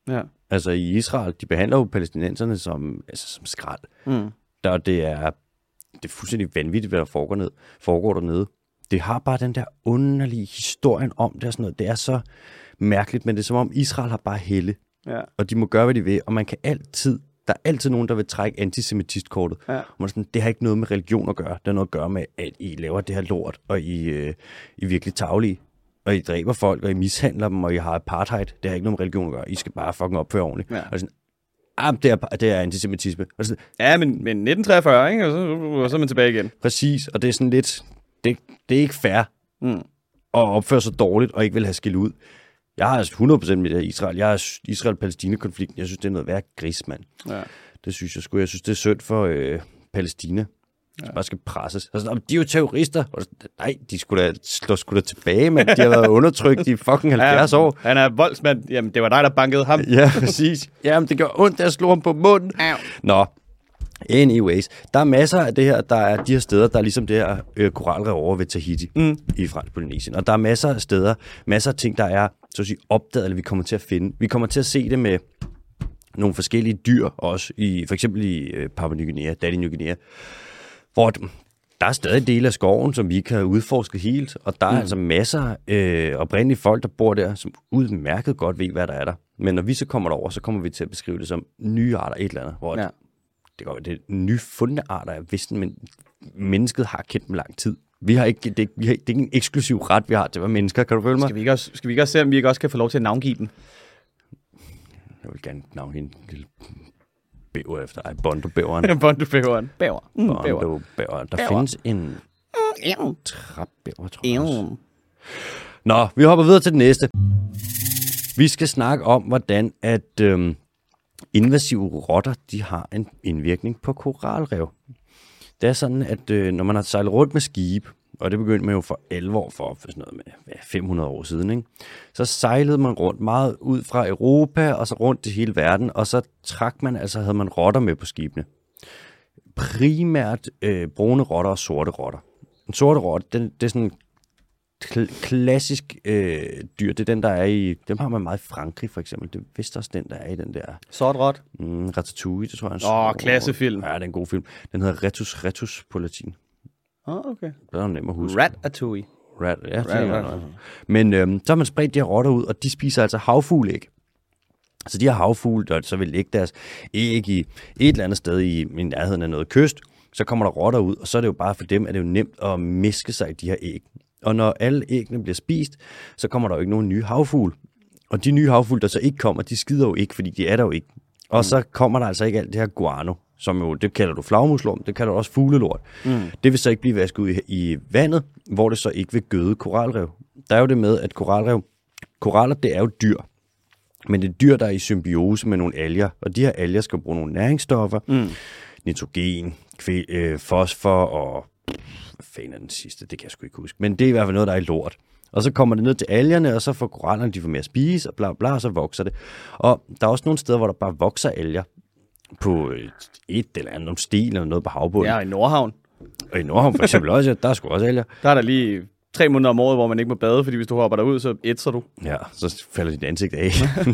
Altså i Israel, de behandler jo palæstinenserne som, altså, som skrald. Mm. Der, det, er, det er fuldstændig vanvittigt, hvad der foregår, ned, foregår dernede. Det har bare den der underlige historien om det og sådan noget. Det er så mærkeligt, men det er som om Israel har bare helle. Ja. Og de må gøre, hvad de vil. Og man kan altid, der er altid nogen, der vil trække antisemitistkortet. Ja. Og man er sådan, det har ikke noget med religion at gøre. Det har noget at gøre med, at I laver det her lort, og I, øh, I er virkelig tarvelige. Og I dræber folk, og I mishandler dem, og I har apartheid. Det har ikke noget med religion at gøre. I skal bare fucking opføre ordentligt. Ja. Og sådan, ah, det er, det er antisemitisme. Og sådan, Ja, men, men nitten treogfyrre, ikke? Og så, og så er man tilbage igen. præcis, og det er sådan lidt, det, det er ikke fair Mm. at opføre sig dårligt, og ikke vil have skilt ud. Jeg har hundrede procent med det her Israel. Jeg har Israel-Palæstina-konflikten. Jeg synes, det er noget værd gris, mand. Ja. Det synes jeg sgu. Jeg synes, det er synd for øh, Palæstina. De ja. bare skal presses. Og sådan, de er jo terrorister. Og sådan, nej, de skulle da slå sgu da tilbage, mand. De har været undertrykt i fucking halvfjerds Ja, år. han er voldsmand. Jamen, det var dig, der bankede ham. Ja, præcis. Jamen, det gør ondt, at slå ham på munden. Au. Nå, anyways. Der er masser af det her, der er de her steder, der er ligesom det her øh, koralrev over ved Tahiti Mm. i Fransk Polynesien. Og der er masser af steder, masser af ting, der er så at sige, opdaget, eller vi kommer til at finde. Vi kommer til at se det med nogle forskellige dyr også, i, for eksempel i øh, Papua Ny Guinea, Daddy Ny Guinea, hvor der er stadig dele af skoven, som vi ikke har udforsket helt, og der er mm. altså masser af øh, oprindelige folk, der bor der, som udmærket godt ved, hvad der er der. Men når vi så kommer derover, så kommer vi til at beskrive det som nye arter, et eller andet, hvor Ja. det, det, går, det er nyfundne arter af visten, men mennesket har kendt dem lang tid. Vi har ikke, det, vi har, det er ikke en eksklusiv ret, vi har til at være mennesker, kan du følge mig? Skal vi, ikke også, skal vi ikke også se, om vi ikke også kan få lov til at navngive den? Jeg vil gerne navngive en lille bæver efter dig, Bondo-bæveren. Bondebæveren. Bæver. Mm, bæver. Bondo-bæver. Der Bæver. findes en Ew. trapbæver, tror jeg også. Ew. Nå, vi hopper videre til det næste. Vi skal snakke om, hvordan at øhm, invasive rotter, de har en indvirkning på koralrev. Det er sådan, at øh, når man har sejlet rundt med skib, og det begyndte man jo for alvor for, for sådan noget med hvad, fem hundrede år siden, ikke? Så sejlede man rundt meget ud fra Europa, og så rundt til hele verden, og så trak man, altså havde man rotter med på skibene. Primært øh, brune rotter og sorte rotter. En sorte rotte, den, det er sådan en kl- klassisk øh, dyr. Det er den, der er i... Dem har man meget i Frankrig, for eksempel. Det er vist også den, der er i den der... Sort rot. Mm, Ratatouille, det tror jeg. Åh, oh, klassefilm. Ja, det er en god film. Den hedder Retus Retus på latin. Åh, oh, okay. Det er nem at huske. Ratatouille. Rat, ja, Rat, rat, rat. rat. Men øhm, så har man spredt de her rotter ud, og de spiser altså havfugleæg. Så de her havfugle, der så vil lægge deres æg i et eller andet sted i, i nærheden af noget kyst, så kommer der rotter ud, og så er det jo bare for dem, at det er jo nemt at miske sig i de her æg. Og når alle æggene bliver spist, så kommer der jo ikke nogen nye havfugle. Og de nye havfugle, der så ikke kommer, de skider jo ikke, fordi de er der jo ikke. Og mm. så kommer der altså ikke alt det her guano, som jo, det kalder du flagmuslorm, det kalder du også fuglelort. Mm. Det vil så ikke blive vasket ud i, i vandet, hvor det så ikke vil gøde koralrev. Der er jo det med, at koralrev, koraller, det er jo dyr. Men det er dyr, der er i symbiose med nogle alger, og de her alger skal bruge nogle næringsstoffer, mm. nitrogen, kvæl, øh, fosfor og... Hvad fanden er den sidste? Det kan jeg sgu ikke huske. Men det er i hvert fald noget, der er i lort. Og så kommer det ned til algerne, og så får korallerne, de får mere at spise, og bla bla, og så vokser det. Og der er også nogle steder, hvor der bare vokser alger på et eller andet, nogle sten eller noget på havbunden. Ja, i Nordhavn. Og i Nordhavn for eksempel også, der er sgu også alger. Der er der lige tre måneder om året, hvor man ikke må bade, fordi hvis du hopper derud, så ætser du. Ja, så falder dit ansigt af.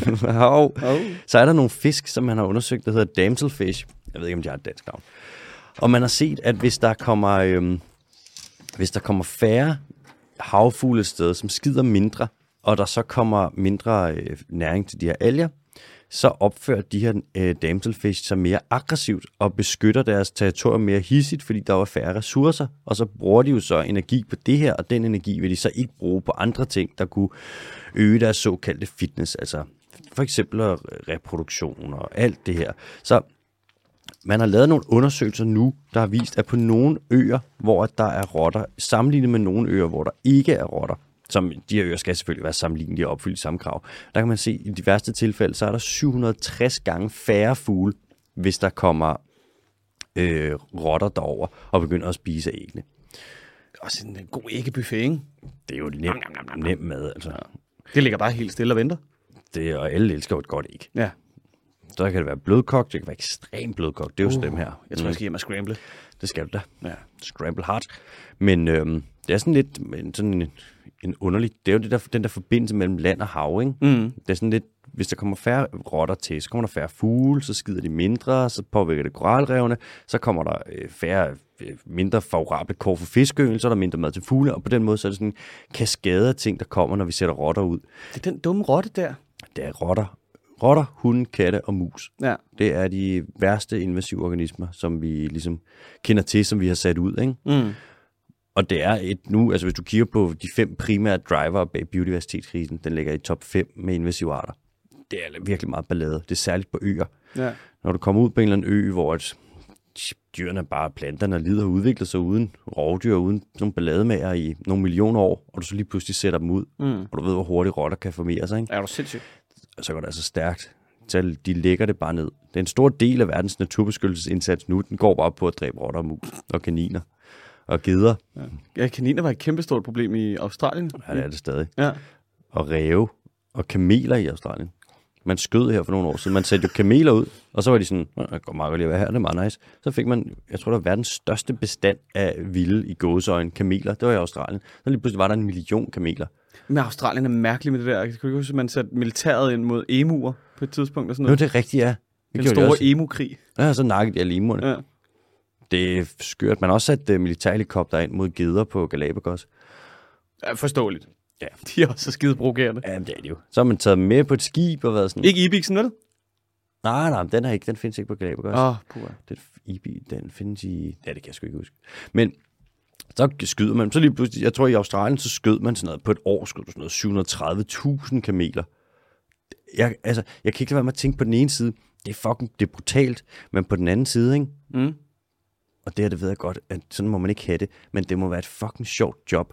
oh. Oh. Så er der nogle fisk, som man har undersøgt, der hedder damselfish. Jeg ved ikke, om de har et dansk navn. Og man har set, at hvis der kommer, øhm, hvis der kommer færre havfugle et sted, som skider mindre, og der så kommer mindre øh, næring til de her alger, så opfører de her øh, damselfish sig mere aggressivt og beskytter deres territorium mere hissigt, fordi der er færre ressourcer, og så bruger de jo så energi på det her, og den energi vil de så ikke bruge på andre ting, der kunne øge deres såkaldte fitness, altså for eksempel reproduktion og alt det her. Så man har lavet nogle undersøgelser nu, der har vist, at på nogle øer, hvor der er rotter, sammenlignet med nogle øer, hvor der ikke er rotter, som de her øer skal selvfølgelig være sammenlignelige og opfylde samme krav, der kan man se, at i de værste tilfælde, så er der syv hundrede og tres gange færre fugle, hvis der kommer øh, rotter derover og begynder at spise æggene. Også en god æggebuffet, ikke? Det er jo nem, nem mad, altså. Det ligger bare helt stille og venter. Det, og alle elsker jo et godt æg. Ja. Så kan det være blødkogt, det kan være ekstremt blødkogt. Det er jo Uh, så dem her. Jeg tror, jeg skal hjem og scramble. Det skal du da. Ja. Scramble hard. Men øhm, Det er sådan lidt sådan en, en underlig... Det er jo det der, den der forbindelse mellem land og hav, ikke? Mm. Det er sådan lidt... Hvis der kommer færre rotter til, så kommer der færre fugle, så skider de mindre, så påvirker det koralrevene, så kommer der øh, færre, øh, mindre favorable kår for fiskeøen, så er der mindre mad til fugle, og på den måde så er det sådan en kaskade af ting, der kommer, når vi sætter rotter ud. Det er den dumme rotte der. Det er rotter. Rotter, hunde, katte og mus. Ja. Det er de værste invasive organismer, som vi ligesom kender til, som vi har sat ud, ikke? Mm. Og det er et nu, altså hvis du kigger på de fem primære driver bag biodiversitetskrisen, den ligger i top fem med invasive arter. Det er virkelig meget ballade. Det er særligt på øer. Ja. Når du kommer ud på en eller anden ø, hvor et, dyrene bare, planterne lider og udvikler sig uden rovdyr, uden nogle ballademager i nogle millioner år, og du så lige pludselig sætter dem ud, mm. og du ved, hvor hurtigt rotter kan formere sig, ikke? Er du sindssygt? Og så går det altså stærkt. Så de lægger det bare ned. Det er en stor del af verdens naturbeskyttelsesindsats nu. Den går bare på at dræbe rotter og mus og kaniner og geder. Ja. ja, kaniner var et kæmpestort problem i Australien. Ja, det er det stadig. Ja. Og ræve og kameler i Australien. Man skød her for nogle år siden. Man satte jo kameler ud, og så var de sådan, det går meget godt lige at være her, det er meget nice. Så fik man, jeg tror, der var verdens største bestand af vilde i gåseøjne kameler. Det var i Australien. Så lige pludselig var der en million kameler. Men Australien er mærkeligt med det der. Jeg kan ikke huske, at man satte militæret ind mod emuer på et tidspunkt. Og sådan noget. noget. Jo, det er rigtigt, ja. Det Den store emu-krig. Ja, så nakkede de alle emuerne. Ja. Det er skørt. Man har også sat uh, militærhelikopter ind mod geder på Galapagos. Ja, forståeligt. Ja. De er også så skide provokerende. Ja, det er det jo. Så har man taget med på et skib og været sådan... Ikke Ibixen, vel? Nej, nej, den er ikke. Den findes ikke på Galapagos. Åh, oh, puha. Den, Ibi, den findes i... Ja, det kan jeg sgu ikke huske. Men så skyder man... Så lige pludselig... Jeg tror, i Australien, så skød man sådan noget... På et år skød du sådan noget syv hundrede og tredive tusind kameler. Jeg, altså, jeg kan ikke lade være med at tænke på den ene side. Det er fucking... Det er brutalt. Men på den anden side, ikke? Mm. Og det her, det ved jeg godt, at sådan må man ikke have det. Men det må være et fucking sjovt job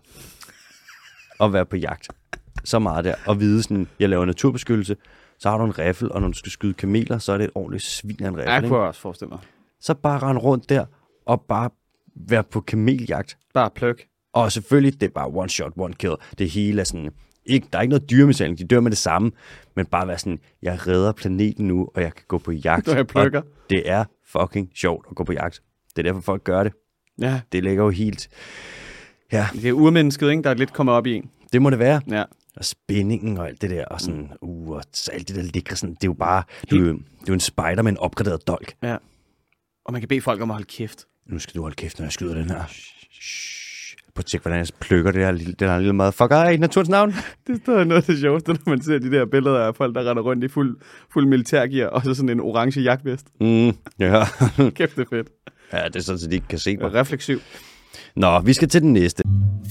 at være på jagt. Så meget der. Og vide sådan, jeg laver naturbeskyttelse, så har du en riffel, og når du skal skyde kameler, så er det et ordentligt svin af en riffel. Jeg kunne også forestille mig. Så bare rende rundt der, og bare være på kameljagt. Bare pløk. Og selvfølgelig, det er bare one shot, one kill. Det hele er sådan, ikke, der er ikke noget dyremishandling, de dør med det samme, men bare være sådan, jeg redder planeten nu, og jeg kan gå på jagt. Når jeg pløkker. Det er fucking sjovt at gå på jagt. Det er derfor, folk gør det. Ja. Det ligger jo helt... Ja. Det er urmennesket, ikke, der er lidt kommet op i en. Det må det være. Ja. Og spændingen og alt det der, og sådan, uh, og så alt det der ligger sådan, det er jo bare, du, du er jo en spider med en opgraderet dolk. Ja. Og man kan bede folk om at holde kæft. Nu skal du holde kæft, når jeg skyder den her. Shhh. Prøv at tjekke, hvordan jeg plukker det her lille, den her lille motherfucker i naturens navn. Det står noget af det sjoveste, når man ser de der billeder af folk, der render rundt i fuld, fuld militærgear, og så sådan en orange jagtvest. Mm, ja. Kæft, det er fedt. Ja, det er sådan, at de ikke kan se mig. Refleksiv. Nå, vi skal til den næste.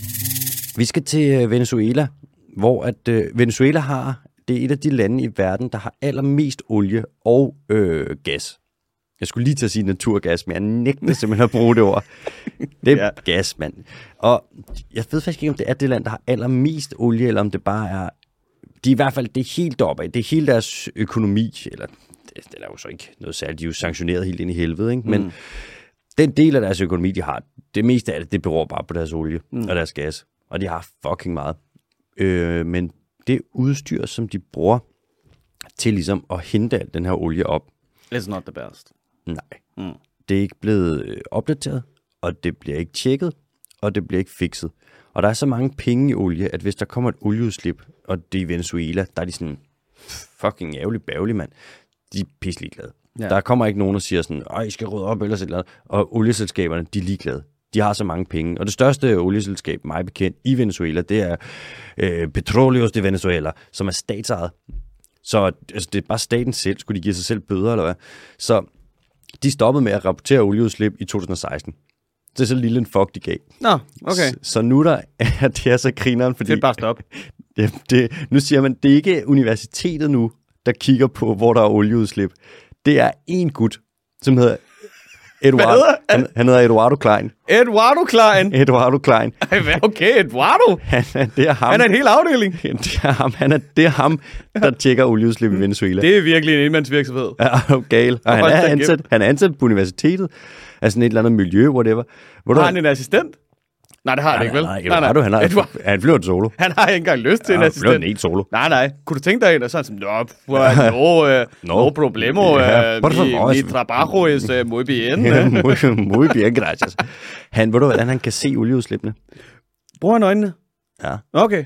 Vi skal til Venezuela, hvor at øh, Venezuela har, det er et af de lande i verden, der har allermest olie og øh, gas. Jeg skulle lige til at sige naturgas, men jeg nægter simpelthen at bruge det ord. Det er ja. gas, mand. Og jeg ved faktisk ikke, om det er det land, der har allermest olie, eller om det bare er... De er i hvert fald, det er helt deroppe af. Det er hele deres økonomi, eller det, det er jo så ikke noget særligt. De er jo sanktioneret helt ind i helvede, ikke? Men mm. den del af deres økonomi, de har, det meste af det, det beror bare på deres olie mm. og deres gas. Og de har fucking meget. Øh, men det udstyr, som de bruger til ligesom at hente al den her olie op. It's not the best. Nej. Mm. Det er ikke blevet øh, opdateret, og det bliver ikke tjekket, og det bliver ikke fikset. Og der er så mange penge i olie, at hvis der kommer et olieudslip, og det er i Venezuela, der er de sådan, fucking ærgerlig bævlig, mand. De er pisse ligeglade. Ja. Der kommer ikke nogen, der siger sådan, ej, I skal rydde op eller sådan noget. Og olieselskaberne, de er ligeglade. De har så mange penge. Og det største olieselskab, mig bekendt, i Venezuela, det er øh, Petróleos de Venezuela, som er statsejet. Så altså, det er bare staten selv. Skulle de give sig selv bøder, eller hvad? Så de stoppede med at rapportere olieudslip i to tusind og seksten. Det er så lille en fuck, de gav. Nå, okay. Så, så nu der er det er så grineren, fordi... Det er bare stop. det, det, nu siger man, det er ikke universitetet nu, der kigger på, hvor der er olieudslip. Det er en gut, som hedder... Eduardo, han, han hedder Eduardo Klein. Eduardo Klein? Eduardo Klein. Okay, Eduardo. Han, det er ham. Han er en hel afdeling. Det er ham, han er, det er ham der tjekker olieudslip i Venezuela. Det er virkelig en enmandsvirksomhed. Ja, okay. Og han er, ansat, han er ansat på universitetet. Altså sådan et eller andet miljø, whatever. Hvor har du, han en assistent? Nej, det har han ikke, vel? Nej, Eduardo, nej, nej. Han, har, Eduardo. han flyver solo. Han har ikke engang lyst til ja, en assistent. Han flyver helt solo. Nej, nej. Kunne du tænke dig en, der sådan, no, no, uh, no. no problemo. Ja, uh, mi, mi trabajo es uh, muy bien. Ja, muy, muy bien, gracias. Han, ved du, hvordan han kan se olieudslippene? Bruger han øjnene? Ja. Okay.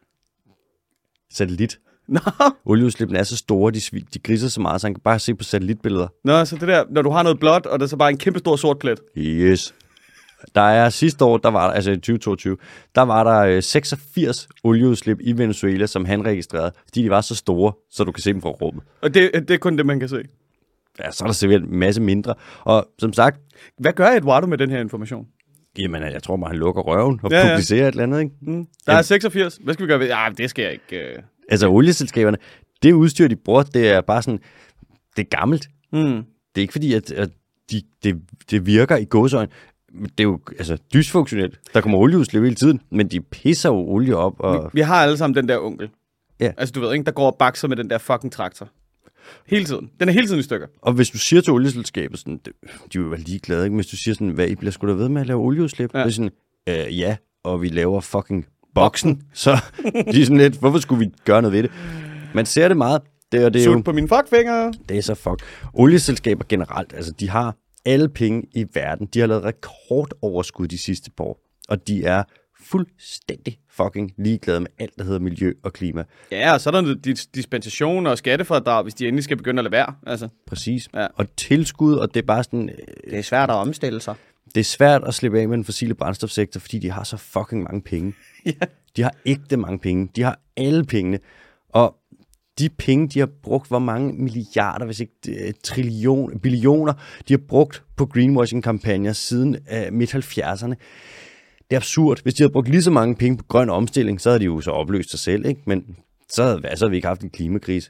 Satellit. Nå. Olieudslippene er så store, de, svin, de griser så meget, så han kan bare se på satellitbilleder. Nå, så det der, når du har noget blåt, og der er så bare en kæmpe stor sort plet. Yes. Der er sidste år, der var der, altså i tyve toogtyve, der var der øh, seksogfirs olieudslip i Venezuela, som han registrerede, fordi de var så store, så du kan se dem fra rummet. Og det, det er kun det, man kan se. Ja, så er der selvfølgelig en masse mindre. Og som sagt... Hvad gør Eduardo med den her information? Jamen, jeg tror bare, han lukker røven og ja, ja. publicerer et eller andet, ikke? Mm. Der er seksogfirs. Hvad skal vi gøre ved? Ja, det skal jeg ikke... Uh... Altså, olieselskaberne, det udstyr, de bruger, det er bare sådan... Det er gammelt. Mm. Det er ikke fordi, at, at de, det, det virker i gåseøjne. Det er jo altså dysfunktionelt. Der kommer olieudslip hele tiden, men de pisser jo olie op. Og... Vi, vi har alle sammen den der onkel. Ja. Altså, du ved ikke, der går og bakser med den der fucking traktor. Hele tiden. Den er hele tiden i stykker. Og hvis du siger til olieselskabet, sådan, de vil jo være ligeglade, ikke? Hvis du siger sådan, hvad I bliver sgu da ved med at lave olieudslip? Ja. Det er sådan, øh, ja, og vi laver fucking boksen. Så de er sådan lidt, hvorfor skulle vi gøre noget ved det? Man ser det meget. Det er, det er Sult jo, på mine fuckfinger. det er så fuck. Olieselskaber generelt, altså de har alle penge i verden. De har lavet rekordoverskud de sidste par år. Og de er fuldstændig fucking ligeglade med alt, der hedder miljø og klima. Ja, og så er der noget dis- dispensation og skattefradrag, hvis de endelig skal begynde at lade være. Altså. Præcis. Ja. Og tilskud, og det er bare sådan... Øh, Det er svært at omstille sig. det er svært at slippe af med den fossile brændstofsektor, fordi de har så fucking mange penge. Ja. De har ægte mange penge. De har alle pengene. Og de penge, de har brugt, hvor mange milliarder, hvis ikke uh, trillion, billioner, de har brugt på greenwashing-kampagner siden uh, midt halvfjerdserne. Det er absurd. Hvis de havde brugt lige så mange penge på grøn omstilling, så havde de jo så opløst sig selv, ikke? Men så havde, så havde vi ikke haft en klimakrise.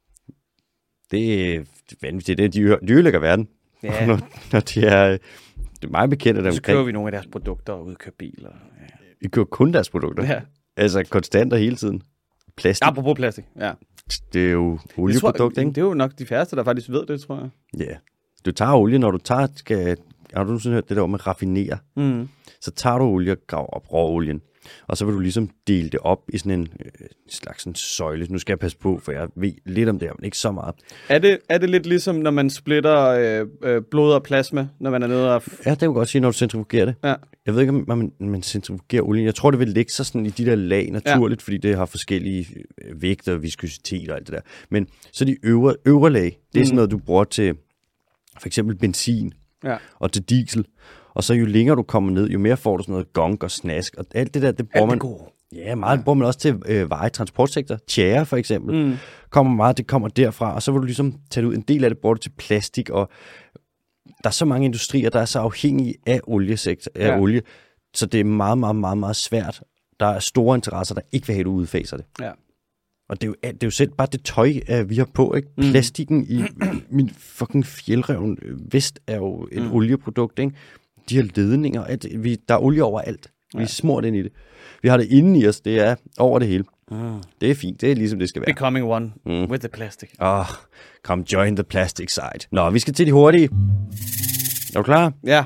Det er vanvittigt. Det er, de, de ødelægger verden. Ja. når, når de er, det er meget bekendt, at Så omkring... køber vi nogle af deres produkter og udkøber biler. Ja. Vi køber kun deres produkter. Ja. Altså konstant og hele tiden. Plastik. Apropos plastik, ja. Det er jo olieprodukt, ikke? Det er jo nok de færreste, der faktisk ved det, tror jeg. Ja. Yeah. Du tager olie, når du tager... Skal, har du nogensinde hørt det der med at raffinere? Mm. Så tager du olie og graver op råolien. Og så vil du ligesom dele det op i sådan en øh, slags sådan søjle. Nu skal jeg passe på, for jeg ved lidt om det her, men ikke så meget. Er det, er det lidt ligesom, når man splitter øh, øh, blod og plasma, når man er nede og... Ja, det kan godt sige, når du centrifugerer det. Ja. Jeg ved ikke, om man, man centrifugerer olien. Jeg tror, det vil ligge sig sådan i de der lag naturligt, ja. Fordi det har forskellige vægter og viskositet og alt det der. Men så de øvre, øvre lag, det er mm. sådan noget, du bruger til for eksempel benzin ja. og til diesel. Og så jo længere du kommer ned, jo mere får du sådan noget gunk og snask. Og alt det der, det bruger man... God. Ja, meget ja. bruger man også til øh, vejetransportsektor. Tjære for eksempel. Mm. Kommer meget, det kommer derfra. Og så vil du ligesom tage det ud. En del af det bruger du til plastik. Og der er så mange industrier, der er så afhængige af oliesektor, af ja. olie. Så det er meget, meget, meget, meget svært. Der er store interesser, der ikke vil have, at du udfaser det. Ja. Og det er, jo, det er jo selv bare det tøj, vi har på, ikke? Mm. Plastikken i min fucking fjeldreven vest er jo et mm. olieprodukt, ikke? De her ledninger, at vi, der er olie overalt. Vi er ja. smurt ind i det. Vi har det inde i os, det er over det hele. Mm. Det er fint, det er ligesom det skal være. Becoming one mm. with the plastic. Åh, oh, come join the plastic side. Nå, vi skal til de hurtige. Er du klar? Ja.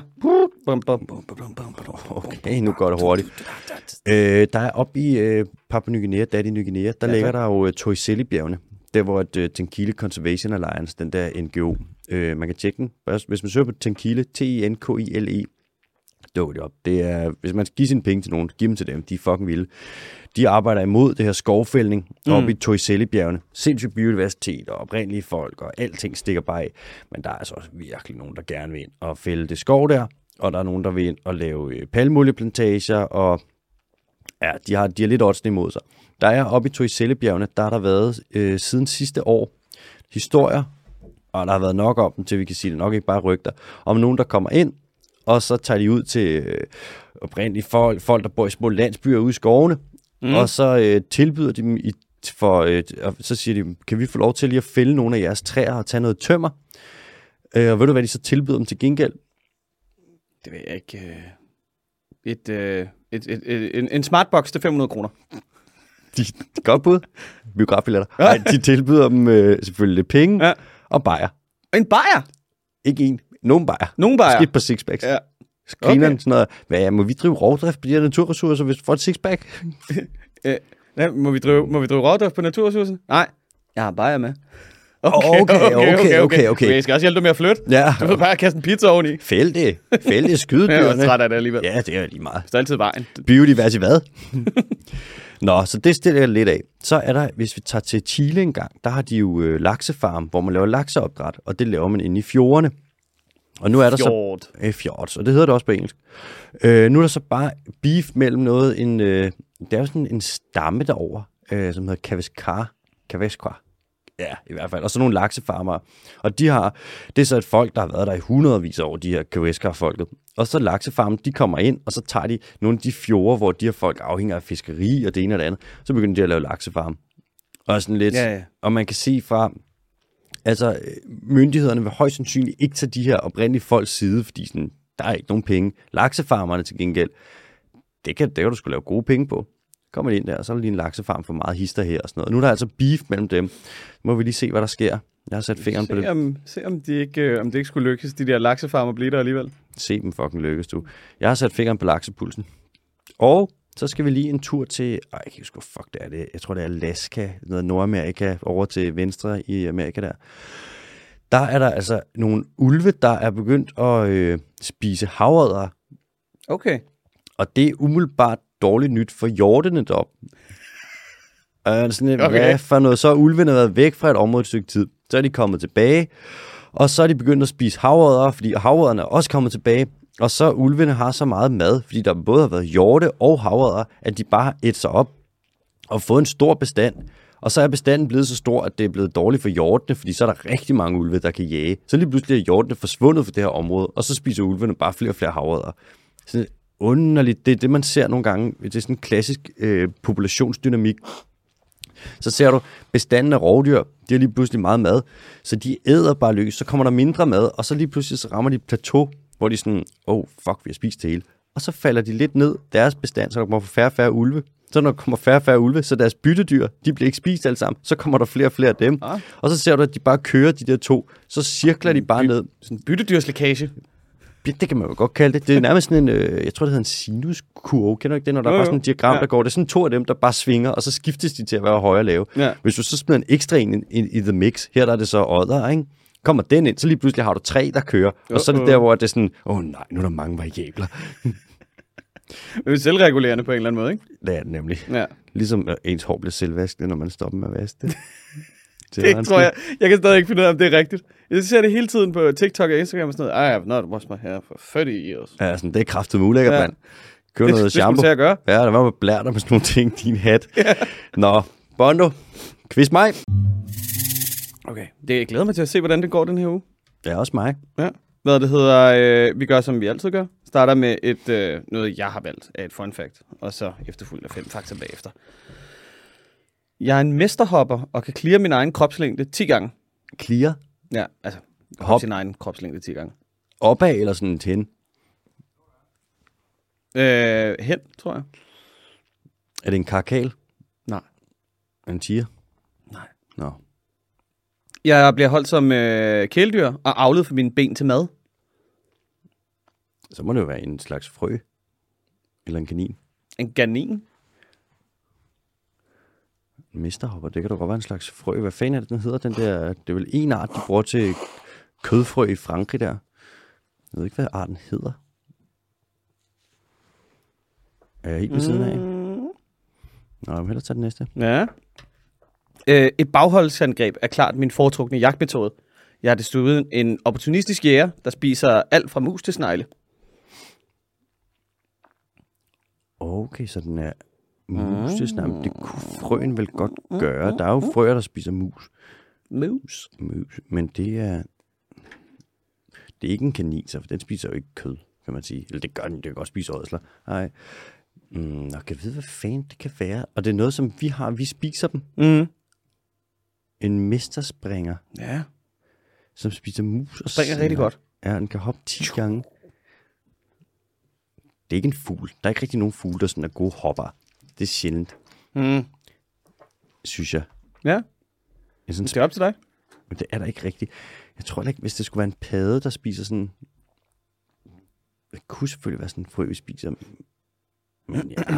Okay, nu går det hurtigt. Øh, der er oppe i øh, Papua Ny Guinea, Daddy Ny Guinea, der ja, ligger der jo uh, Toiseli-bjergene. Der hvor et uh, Tenkile Conservation Alliance, den der N G O, øh, man kan tjekke den. Hvis man søger på Tenkile, T I N K I L E, dukker det op. Det er, hvis man skal give sine penge til nogen, giv dem til dem, de er fucking vilde. De arbejder imod det her skovfældning mm. oppe i Toiseli-bjergene. Sindssygt biodiversitet og oprindelige folk, og alting stikker bare af. Men der er altså også virkelig nogen, der gerne vil ind og fælde det skov der, og der er nogen, der vil ind og lave palmolieplantager, og ja, de har, de har lidt oddsene imod sig. Der er oppe i Toiseli-bjergene, der har der været øh, siden sidste år historier, og der har været nok om dem, til vi kan sige det, nok ikke bare rygter, om nogen, der kommer ind, og så tager de ud til øh, oprindelige folk, folk, der bor i små landsbyer ude i skovene, mm. og så øh, tilbyder de dem, i, for, øh, og så siger de, kan vi få lov til lige at fælde nogle af jeres træer og tage noget tømmer? Øh, og ved du, hvad de så tilbyder dem til gengæld? Det ved jeg ikke. Et, øh, et, et, et, en, en smartbox til fem hundrede kroner. De, de godt bud. Biografbilletter. Nej, de tilbyder dem øh, selvfølgelig lidt penge ja. og bajer. En bajer? Ikke en. Nogen bajer. Nogen bajer. Skidt på sixpacks. Ja. Screeneren, okay. Sådan noget. Hvad, må vi drive rovdrift på de her naturressourcer, hvis du får et sixpack? øh, ja, må vi drive, må vi drive rovdrift på naturressourcer? Nej. Jeg har bajer med. Okay, okay, okay, okay. okay. Jeg skal også hjælpe dig med at flytte. Ja. Du vil bare kaste en pizza oveni. Fæld det. Fæld det skydedyrene. Jeg er også træt af det alligevel. Ja, det er lige meget. Det er altid vejen. Biodiversitet hvad? Nå, så det stiller jeg lidt af. Så er der, hvis vi tager til Chile en gang, der har de jo øh, laksefarm, hvor man laver lakseopdræt, og det laver man inde i fjordene. Og nu er der Fjord. så... Øh, fjord, så det hedder det også på engelsk. Øh, nu er der så bare beef mellem noget, en, øh, det er jo sådan en stamme derovre, øh, som hedder Kaveskar. Kaveskar. Ja, i hvert fald. Og så nogle laksefarmere. Og de har, det er så et folk, der har været der i hundredvis af år, de her Kaveskar-folket. Og så laksefarmen, de kommer ind, og så tager de nogle af de fjorde, hvor de her folk afhænger af fiskeri og det ene og det andet. Så begynder de at lave laksefarm. Og sådan lidt, Ja, ja. og man kan se fra, altså myndighederne vil højst sandsynligt ikke tage de her oprindelige folks side, fordi sådan, der er ikke nogen penge. Laksefarmerne til gengæld, det kan, det kan du sgu lave gode penge på. Kommer de ind der, og så er der lige en laksefarm for meget hister her og sådan noget. Og nu er der altså beef mellem dem. Så må vi lige se, hvad der sker. Jeg har sat fingeren på det. Se om, se om, de ikke, øh, om det ikke skulle lykkes, de der laksefarmer blive der alligevel. Se dem fucking lykkes, du. Jeg har sat fingeren på laksepulsen. Og så skal vi lige en tur til... Ej, jeg kan ikke huske, fuck det er det. Jeg tror, det er Alaska, noget Nordamerika, over til venstre i Amerika der. Der er der altså nogle ulve, der er begyndt at øh, spise havørder. Okay. Og det er umiddelbart dårligt nyt for hjortene deroppe. Og sådan, Okay. hvad for noget? Så har ulvene været væk fra et område et stykke tid. Så er de kommet tilbage, og så er de begyndt at spise havørder, fordi havørderne er også kommet tilbage. Og så ulvene har så meget mad, fordi der både har været hjorte og havørder, at de bare har ædt sig op og fået en stor bestand. Og så er bestanden blevet så stor, at det er blevet dårligt for hjortene, fordi så er der rigtig mange ulve, der kan jage. Så lige pludselig er hjortene forsvundet fra det her område, og så spiser ulvene bare flere og flere havørder. Så underligt. Det er det, man ser nogle gange. Det er sådan en klassisk øh, populationsdynamik. Så ser du, bestanden af rovdyr, de har lige pludselig meget mad, så de æder bare løs, så kommer der mindre mad, og så lige pludselig så rammer de et plateau, hvor de sådan, oh fuck, vi har spist det hele. Og så falder de lidt ned, deres bestand, så der kommer færre og færre ulve. Så når der kommer færre og færre ulve, så deres byttedyr, de bliver ikke spist alle sammen, så kommer der flere og flere af dem. Ah. Og så ser du, at de bare kører de der to, så cirkler de bare By- ned. Sådan en byttedyrslækage. Det kan man jo godt kalde det. Det er nærmest sådan en, øh, jeg tror, det hedder en sinuskurve. Kender du ikke det, når der Jo, er bare jo. sådan en diagram, Ja. der går? Det er sådan to af dem, der bare svinger, og så skiftes de til at være højere og lave. Ja. Hvis du så smider en ekstra en i, i the mix, her der er det så odder, ikke? Kommer den ind, så lige pludselig har du tre, der kører. Og så er det Uh-oh. der, hvor det er sådan, åh oh, nej, nu er der mange variabler. Det er selvregulerende på en eller anden måde, ikke? Det er det nemlig. Ja. Ligesom øh, ens hår bliver selvvaskende, når man stopper med at vaske det. Det tror jeg. Jeg kan stadig ikke finde ud af, om det er rigtigt. Jeg ser det hele tiden på TikTok og Instagram og sådan noget. I have not washed my hair for thirty years. Ja, sådan, det er kraftigt ulækkert, Ja. mand. Køb Det, noget det skulle shampoo. til at gøre. Ja, der var med blære dig med sådan nogle ting, din hat. Ja. Nå, Bondo, quiz mig. Okay. Det, jeg glæder mig til at se, hvordan det går den her uge. Ja, også mig. Ja. Hvad det hedder, øh, vi gør, som vi altid gør. Starter med et, øh, noget, jeg har valgt af et fun fact. Og så efterfulgt af fem fakta bagefter. Jeg er en mesterhopper og kan clear min egen kropslængde ti gange. Clear. Ja, altså Hop. hop sin egen kropslængde ti gange. Opad eller sådan et hen? Øh, hen, tror jeg. Er det en karakal? Nej. En tiger? Nej. Nå. Jeg bliver holdt som øh, kæledyr og avlet for mine ben til mad. Så må det jo være en slags frø. Eller en kanin. En ganin. En mesterhopper, det kan da godt være en slags frø. Hvad fanden er det, den hedder? Den der, det er vel en art, de bruger til kødfrø i Frankrig der. Jeg ved ikke, hvad arten hedder. Er jeg helt ved siden af? Nå, jeg vil hellere tage den næste. Ja. Øh, et bagholdsangreb er klart min foretrukne jagtmetode. Jeg er desuden en opportunistisk jæger, der spiser alt fra mus til snegle. Okay, så den er mus til snart. Det kunne frøen vel godt gøre. Der er jo frøer, der spiser mus. Mus? Mus. Men det er... Det er ikke en kanin, så for den spiser jo ikke kød, kan man sige. Eller det gør den, det kan godt spise ådsler. Nej. Mm, og kan jeg vide, hvad fanden det kan være? Og det er noget, som vi har. Vi spiser dem. Mm. En mesterspringer, Ja, som spiser mus og springer rigtig godt. Ja, den kan hoppe ti gange. Det er ikke en fugl. Der er ikke rigtig nogen fugle, der sådan er gode hopper. Det er sjældent, Mm. synes jeg. Ja, jeg synes, det er op til dig. men det er der ikke rigtigt. Jeg tror ikke, hvis det skulle være en padde, der spiser sådan... Det kunne selvfølgelig være sådan en frø, vi spiser. Men ja,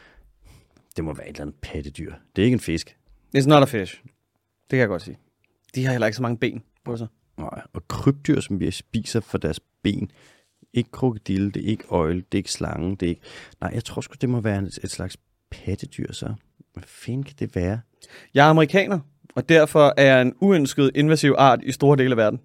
det må være et eller andet pattedyr. Det er ikke en fisk. It's not a fish. Det kan jeg godt sige. De har heller ikke så mange ben på sig. Nej, og krybdyr, som vi spiser for deres ben. Ikke krokodille, det er ikke øgle, det er ikke slange, det er ikke... Nej, jeg tror sgu, det må være et slags pattedyr, så. Hvad fanden kan det være? Jeg er amerikaner, og derfor er jeg en uønsket invasiv art i store dele af verden.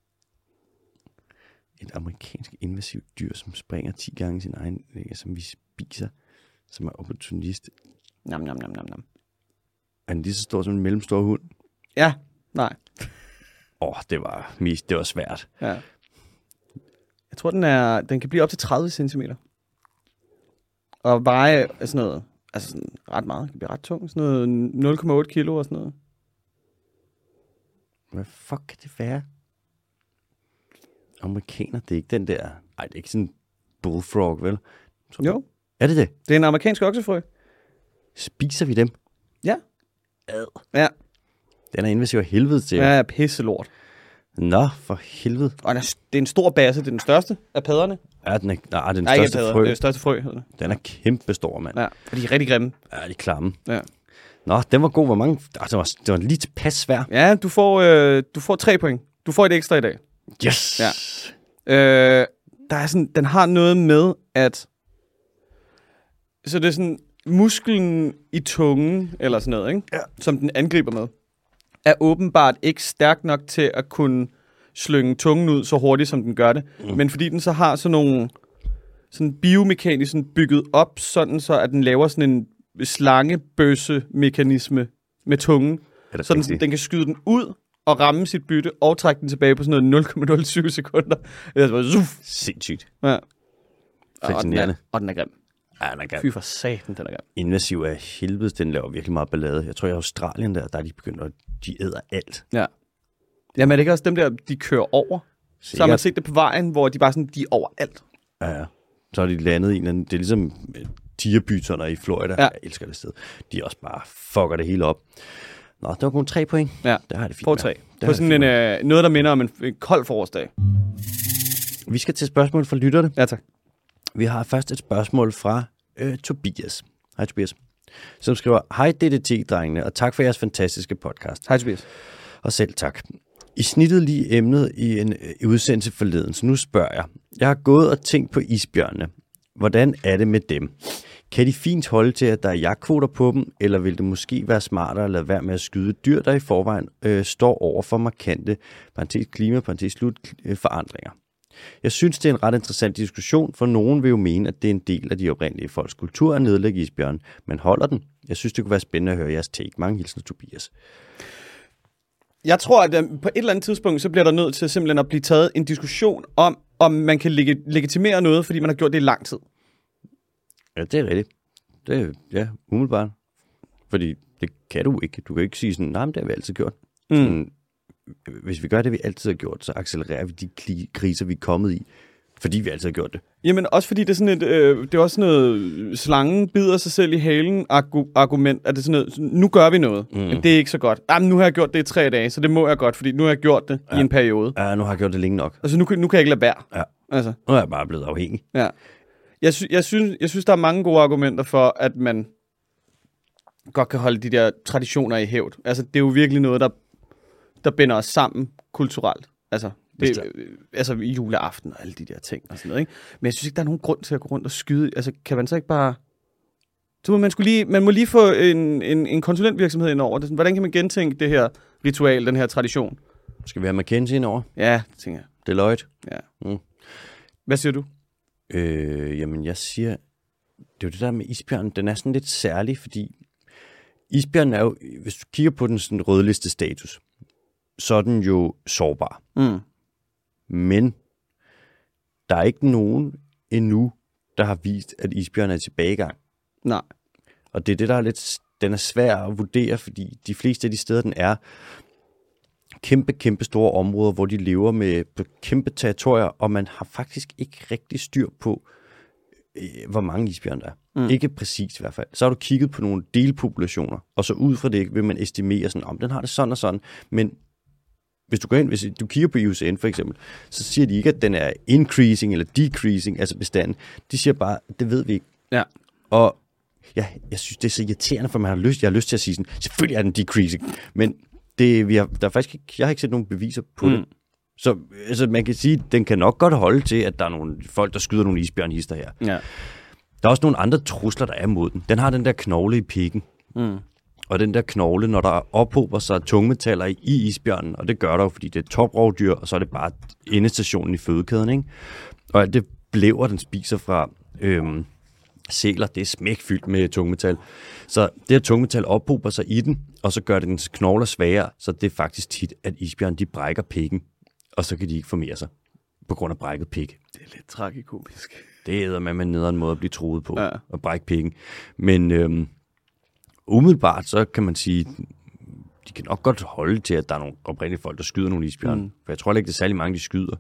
Et amerikansk invasivt dyr, som springer ti gange sin egen, som vi spiser, som er opportunist. Nam, nam, nam, nam, nam. Er den lige så stor som en mellemstor hund? Ja, nej. Åh, oh, det var mest, det var svært. Ja. Jeg tror, den er, den kan blive op til tredive centimeter. Og veje er sådan noget, altså sådan ret meget, det kan blive ret tung, sådan noget nul komma otte kilo og sådan noget. Hvad fuck kan det være? Amerikaner, det er ikke den der... Ej, det er ikke sådan en bullfrog, vel? Så, Jo. Er det det? Det er en amerikansk oksefrø. Spiser vi dem? Ja. Ad. Ja. Den er invasiv af helvede til. Ja, pisselort. Nå, for helvede. Og det er en stor basse, det er den største af padderne. Ja, den er, nej, den Nej, største padder, frø. det er største frø, hedder det. Den er kæmpe stor, mand. Ja, og de er rigtig grimme. Ja, de er klamme. Ja. Nå, den var god. Hvor mange... Ah, det, var, det var lige tilpas svær. Ja, du får, øh, du får tre point. Du får et ekstra i dag. Yes! Ja. Øh, der er sådan, den har noget med, at... Så det er sådan, musklen i tungen, eller sådan noget, ikke? Ja. Som den angriber med, er åbenbart ikke stærk nok til at kunne slynge tungen ud så hurtigt, som den gør det. Mm. Men fordi den så har sådan nogle sådan biomekanisk sådan bygget op, sådan så at den laver sådan en slangebøsse-mekanisme med tungen, så den, den kan skyde den ud og ramme sit bytte, og trække den tilbage på sådan noget nul komma nul syv sekunder. Det er så sindssygt. Ja. Fascinerende. Og den er grim. Ja, den er grim. Fy for satan, den er grim. Invasiv af helvede, den laver virkelig meget ballade. Jeg tror, i Australien der, der er de begyndt at... De æder alt. Ja. Jamen er det ikke også dem der, de kører over? Sikkert. Så har man set det på vejen, hvor de bare sådan, de er overalt. Ja, ja. Så er de landet i en eller anden... Det er ligesom tigerbyterne i Florida. Ja. Jeg elsker det sted. De også bare fucker det hele op. Nå, det var kun tre point. Ja, der har det fint. På tre. På sådan en, øh, noget, der minder om en, en kold forårsdag. Vi skal til spørgsmål fra lytterne. Ja, tak. Vi har først et spørgsmål fra øh, Tobias. Hej Tobias. Som skriver, hej D D T-drengene, og tak for jeres fantastiske podcast. Hej Tobias. Og selv tak. I snittede lige emnet i en øh, udsendelse forleden, så nu spørger jeg. Jeg har gået og tænkt på isbjørnene. Hvordan er det med dem? Kan de fint holde til, at der er jagtkvoter på dem, eller vil det måske være smartere at lade være med at skyde dyr, der i forvejen øh, står over for markante parentes klima, parentes slut, øh, forandringer? Jeg synes, det er en ret interessant diskussion, for nogen vil jo mene, at det er en del af de oprindelige folks kultur at nedlægge isbjørn, men holder den? Jeg synes, det kunne være spændende at høre jeres take. Mange hilsner, Tobias. Jeg tror, at på et eller andet tidspunkt, så bliver der nødt til simpelthen at blive taget en diskussion om, om man kan leg- legitimere noget, fordi man har gjort det i lang tid. Ja, det er rigtigt. Det er, ja, umiddelbart. Fordi det kan du ikke. Du kan ikke sige sådan, nej, men det har vi altid gjort. Mm. Sådan, hvis vi gør det, vi altid har gjort, så accelererer vi de kriser, vi er kommet i, fordi vi altid har gjort det. Jamen også fordi det er sådan et, øh, det er også sådan noget, slangen bider sig selv i halen argument, at det er sådan noget, nu gør vi noget, mm. men det er ikke så godt. Jamen nu har jeg gjort det i tre dage, så det må jeg godt, fordi nu har jeg gjort det ja. i en periode. Ja, nu har jeg gjort det længe nok. Altså nu, nu kan jeg ikke lade være. Ja. Altså. Nu er jeg bare blevet afhængig. Ja. Jeg, sy- jeg, synes, jeg synes, der er mange gode argumenter for, at man godt kan holde de der traditioner i hævd. Altså det er jo virkelig noget, der der binder os sammen kulturelt. Altså, det, altså juleaften og alle de der ting og sådan noget, ikke? Men jeg synes ikke, der er nogen grund til at gå rundt og skyde. Altså, kan man så ikke bare... Så må man, skulle lige, man må lige få en, en, en konsulentvirksomhed ind over det. Sådan, hvordan kan man gentænke det her ritual, den her tradition? Skal vi have McKinsey ind over? Ja, det tænker jeg. Deloitte? Ja. Mm. Hvad siger du? Øh, jamen, jeg siger... Det er jo det der med isbjørnen. Den er sådan lidt særlig, fordi... Isbjørnen er jo... Hvis du kigger på den sådan rødliste status, så er den jo sårbar. Mm. Men der er ikke nogen endnu, der har vist, at isbjørn er tilbagegang. Nej. Og det er det, der er lidt... Den er svær at vurdere, fordi de fleste af de steder, den er kæmpe, kæmpe store områder, hvor de lever med på kæmpe territorier, og man har faktisk ikke rigtig styr på, øh, hvor mange isbjørn der er. Mm. Ikke præcis i hvert fald. Så har du kigget på nogle delpopulationer, og så ud fra det vil man estimere sådan, om den har det sådan og sådan, men hvis du går ind, hvis du kigger på I U C N for eksempel, så siger de ikke, at den er increasing eller decreasing, altså bestanden. De siger bare, det ved vi ikke. Ja. Og ja, jeg synes, det er så irriterende, for man har lyst, jeg har lyst til at sige sådan, selvfølgelig er den decreasing, men Det, vi har, der er faktisk ikke, jeg har ikke set nogen beviser på mm. det. Så altså, man kan sige, at den kan nok godt holde til, at der er nogle folk, der skyder nogle isbjørnhister her. Ja. Der er også nogle andre trusler, der er mod den. Den har den der knogle i pikken. Mm. Og den der knogle, når der ophober sig tungmetaller i isbjørnen, og det gør der jo, fordi det er toprovdyr, og så er det bare endestationen i fødekæden, ikke? Og alt det blæver, den spiser fra øhm, sæler, det er smækfyldt med tungmetal. Så det her tungmetal ophober sig i den, og så gør det dens knogler svagere, så det er faktisk tit, at isbjørnen de brækker pikken, og så kan de ikke formere sig på grund af brækket pik. Det er lidt tragikomisk. Det æder man med nederen måde at blive truet på, ja. at brække pikken. Men øhm, umiddelbart, så kan man sige, de kan nok godt holde til, at der er nogle oprindelige folk, der skyder nogle isbjørne. Mm. For jeg tror ikke, det er særlig mange, de skyder.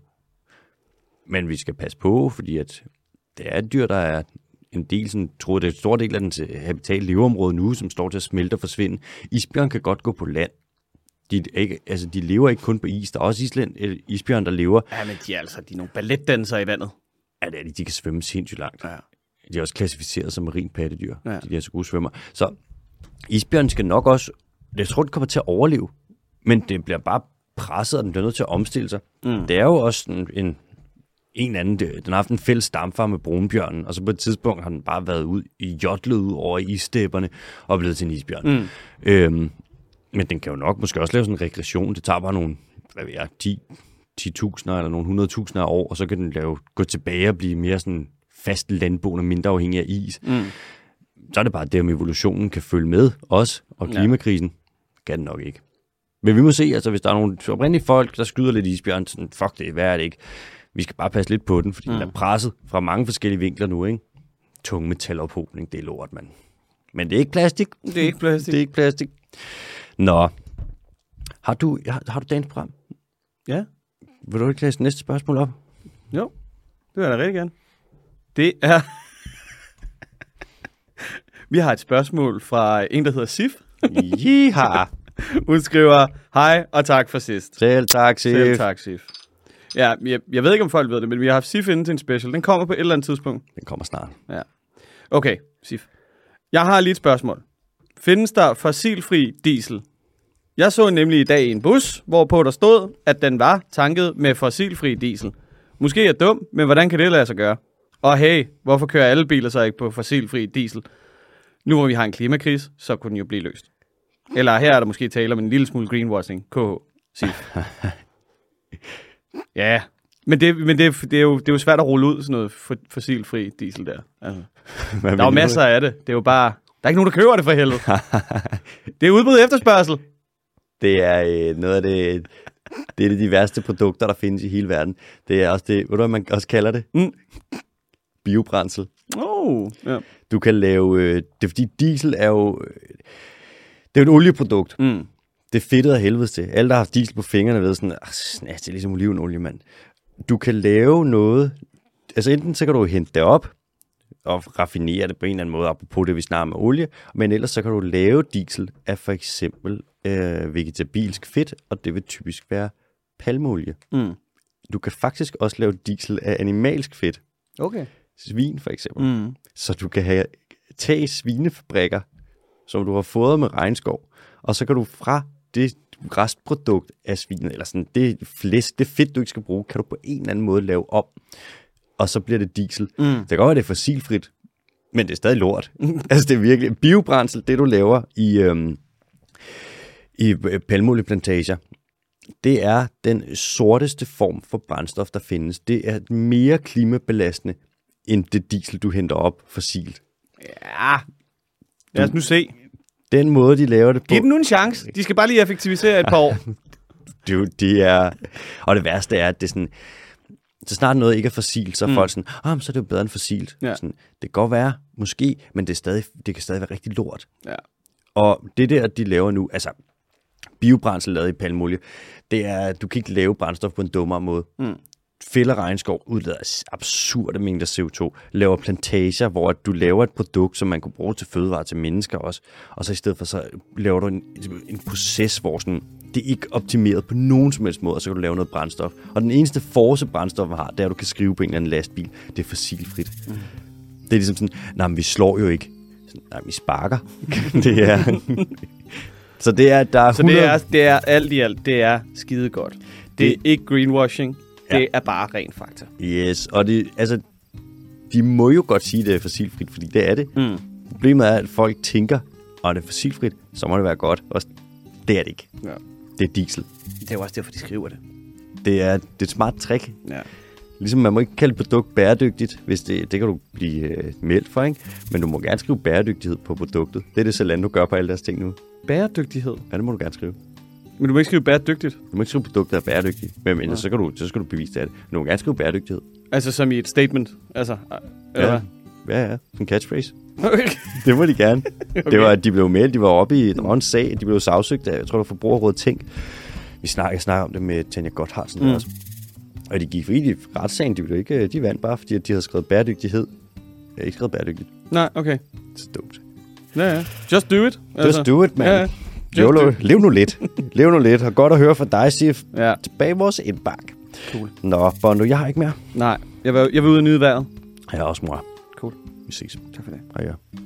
Men vi skal passe på, fordi at det er et dyr, der er en del, sådan, tror det er en stor del af dens habitat leveområde nu, som står til at smelte og forsvinde. Isbjørn kan godt gå på land. De, ikke, altså, de lever ikke kun på is. Der er også island, isbjørn, der lever. Ja, men de er altså de er nogle balletdansere i vandet. Ja, det er de. De kan svømme sindssygt langt. Ja. De er også klassificeret som marin pattedyr. Ja. De er så gode svømmer. Så isbjørn skal nok også, jeg tror, det kommer til at overleve, men det bliver bare presset, og den bliver nødt til at omstille sig. Mm. Det er jo også en, en, en anden, den har haft en fælles stamfar med brunbjørnen, og så på et tidspunkt har den bare været ud i jotlet ud over isstepperne og blevet til en isbjørn. Mm. Øhm, men den kan jo nok måske også lave sådan en regression. Det tager bare nogle, hvad ved jeg, ti, ti tusinder eller nogle hundrede tusinder af år, og så kan den lave, gå tilbage og blive mere sådan fast landboende, mindre afhængig af is. Mm. Så er det bare det, om evolutionen kan følge med os, og klimakrisen ja. Kan den nok ikke. Men vi må se, altså hvis der er nogle oprindelige folk, der skyder lidt isbjørn, sådan, fuck det, hvad er det ikke? Vi skal bare passe lidt på den, fordi mm. den er presset fra mange forskellige vinkler nu, ikke? Tungmetalophobning, det er lort, mand. Men det er ikke plastik. Det er ikke plastik. Det er ikke plastik. Nå. Har du, har, har du dagens program? Ja. Vil du ikke læse næste spørgsmål op? Jo, det vil jeg da rigtig gerne. Det er... Vi har et spørgsmål fra en, der hedder Sif. Jiha. Hun skriver, hej og tak for sidst. Selv tak, Sif. Selv tak, Sif. Ja, jeg, jeg ved ikke, om folk ved det, men vi har haft Sif inden til en special. Den kommer på et eller andet tidspunkt. Den kommer snart. Ja. Okay, Sif. Jeg har lige et spørgsmål. Findes der fossilfri diesel? Jeg så nemlig i dag en bus, hvorpå der stod, at den var tanket med fossilfri diesel. Måske er jeg dum, men hvordan kan det lade sig gøre? Og hey, hvorfor kører alle biler så ikke på fossilfri diesel? Nu hvor vi har en klimakrise, så kunne den jo blive løst. Eller her er der måske tale om en lille smule greenwashing. K H. Sif. Ja, men, det, men det, det, er jo, det er jo svært at rulle ud sådan noget fossilfri diesel der. Altså. Der er jo masser af det. Det er jo bare... Der er ikke nogen, der køber det for helvede. Det er udbud efterspørgsel. Det er øh, noget af det... Det er de værste produkter, der findes i hele verden. Det er også det... Ved du, hvad man også kalder det? Mm. Biobrændsel. Oh, ja. Du kan lave... Øh, det er fordi diesel er jo... Øh, det er jo et olieprodukt. Mm. Det er fedtet af helvedes til. Alle, der har haft diesel på fingrene, ved sådan... Ah, det er ligesom olivenolie, mand. Du kan lave noget... Altså enten så kan du hente det op og raffinere det på en eller anden måde, apropos det, vi snakker med olie, men ellers så kan du lave diesel af for eksempel øh, vegetabilsk fedt, og det vil typisk være palmeolie. Mm. Du kan faktisk også lave diesel af animalsk fedt. Okay. Svin for eksempel. Mm. Så du kan have tage svinefabrikker, som du har fået med regnskov, og så kan du fra det restprodukt af svinet, eller sådan det flæsk, det fedt, du ikke skal bruge, kan du på en eller anden måde lave op, og så bliver det diesel. Mm. Det kan godt være, det er fossilfrit, men det er stadig lort. Altså det er virkelig biobrændsel, det du laver i, øhm, i palmeolieplantager. Det er den sorteste form for brændstof, der findes. Det er mere klimabelastende, end det diesel, du henter op fossilt. Ja, lad os nu se. Den måde, de laver det på... Giv dem nu en chance. De skal bare lige effektivisere et par år. Du, de er... Og det værste er, at det er sådan... Så snart noget ikke er fossilt, så er mm. folk sådan, ah, så er det jo bedre end fossilt. Ja. Sådan, det kan godt være, måske, men det, er stadig, det kan stadig være rigtig lort. Ja. Og det der, de laver nu, altså biobrændsel lavet i palmeolie, det er, du kan ikke lave brændstof på en dummere måde. Mm. Fælder regnskov, udleder absurde mængder C O to, laver plantager, hvor du laver et produkt, som man kunne bruge til fødevarer til mennesker også, og så i stedet for, så laver du en, en proces, hvor sådan, det er ikke optimeret på nogen som helst måde, og så kan du lave noget brændstof. Og den eneste force brændstof, man har, det er, at du kan skrive på en eller anden lastbil, det er fossilfrit. Mm. Det er ligesom sådan, nej, men vi slår jo ikke. Sådan, nej, vi sparker. Det er... Så det er, der er Så det er, det er alt i alt, det er skide godt. Det er Det- ikke greenwashing. Ja. Det er bare ren fakta. Yes, og det, altså, de må jo godt sige, at det er fossilfrit, fordi det er det. Mm. Problemet er, at folk tænker, at det er fossilfrit, så må det være godt. Og det er det ikke. Ja. Det er diesel. Det er jo også derfor, de skriver det. Det er, det er et smart trick. Ja. Ligesom man må ikke kalde et produkt bæredygtigt, hvis det, det kan du blive øh, meldt for, ikke? Men du må gerne skrive bæredygtighed på produktet. Det er det Zalando gør på alle deres ting nu. Bæredygtighed. Ja, det må du gerne skrive. Men du må ikke skrive bæredygtigt. Du må ikke skrive, at produktet er bæredygtigt. Men, men Ja. så, kan du, så skal du bevise det af det. Men du må gerne skrive bæredygtighed. Altså som i et statement. Altså, eller Ja, ja, ja. Som catchphrase. hvad? Okay. Det må de gerne. Okay. Okay. Det var, de blev meldt, de var oppe i, der var en sag, de blev sagsøgt af, jeg tror, det var Forbrugerrådet Tænk. Vi snakker, snakker om det med Tanja Gotthardsen Mm. også. Og de gik, fordi de retssagen, de, blev ikke, de vandt bare, fordi de havde skrevet bæredygtighed. Jeg har ikke skrevet bæredygtigt. Nej, okay. Det er dumt. Ja, ja. Just do it. Just do it, man. Ja, ja. Just Lev, do nu, it. lev nu lidt. Lev nu lidt. Og godt at høre fra dig, Sif. Ja, Tilbage i vores indbakke. cool. Nå, Bondo, jeg har ikke mere. Nej, jeg vil, jeg vil ud og nyde vejret. Jeg er også mor. Cool. Vi ses. Tak for det. Hej, ja.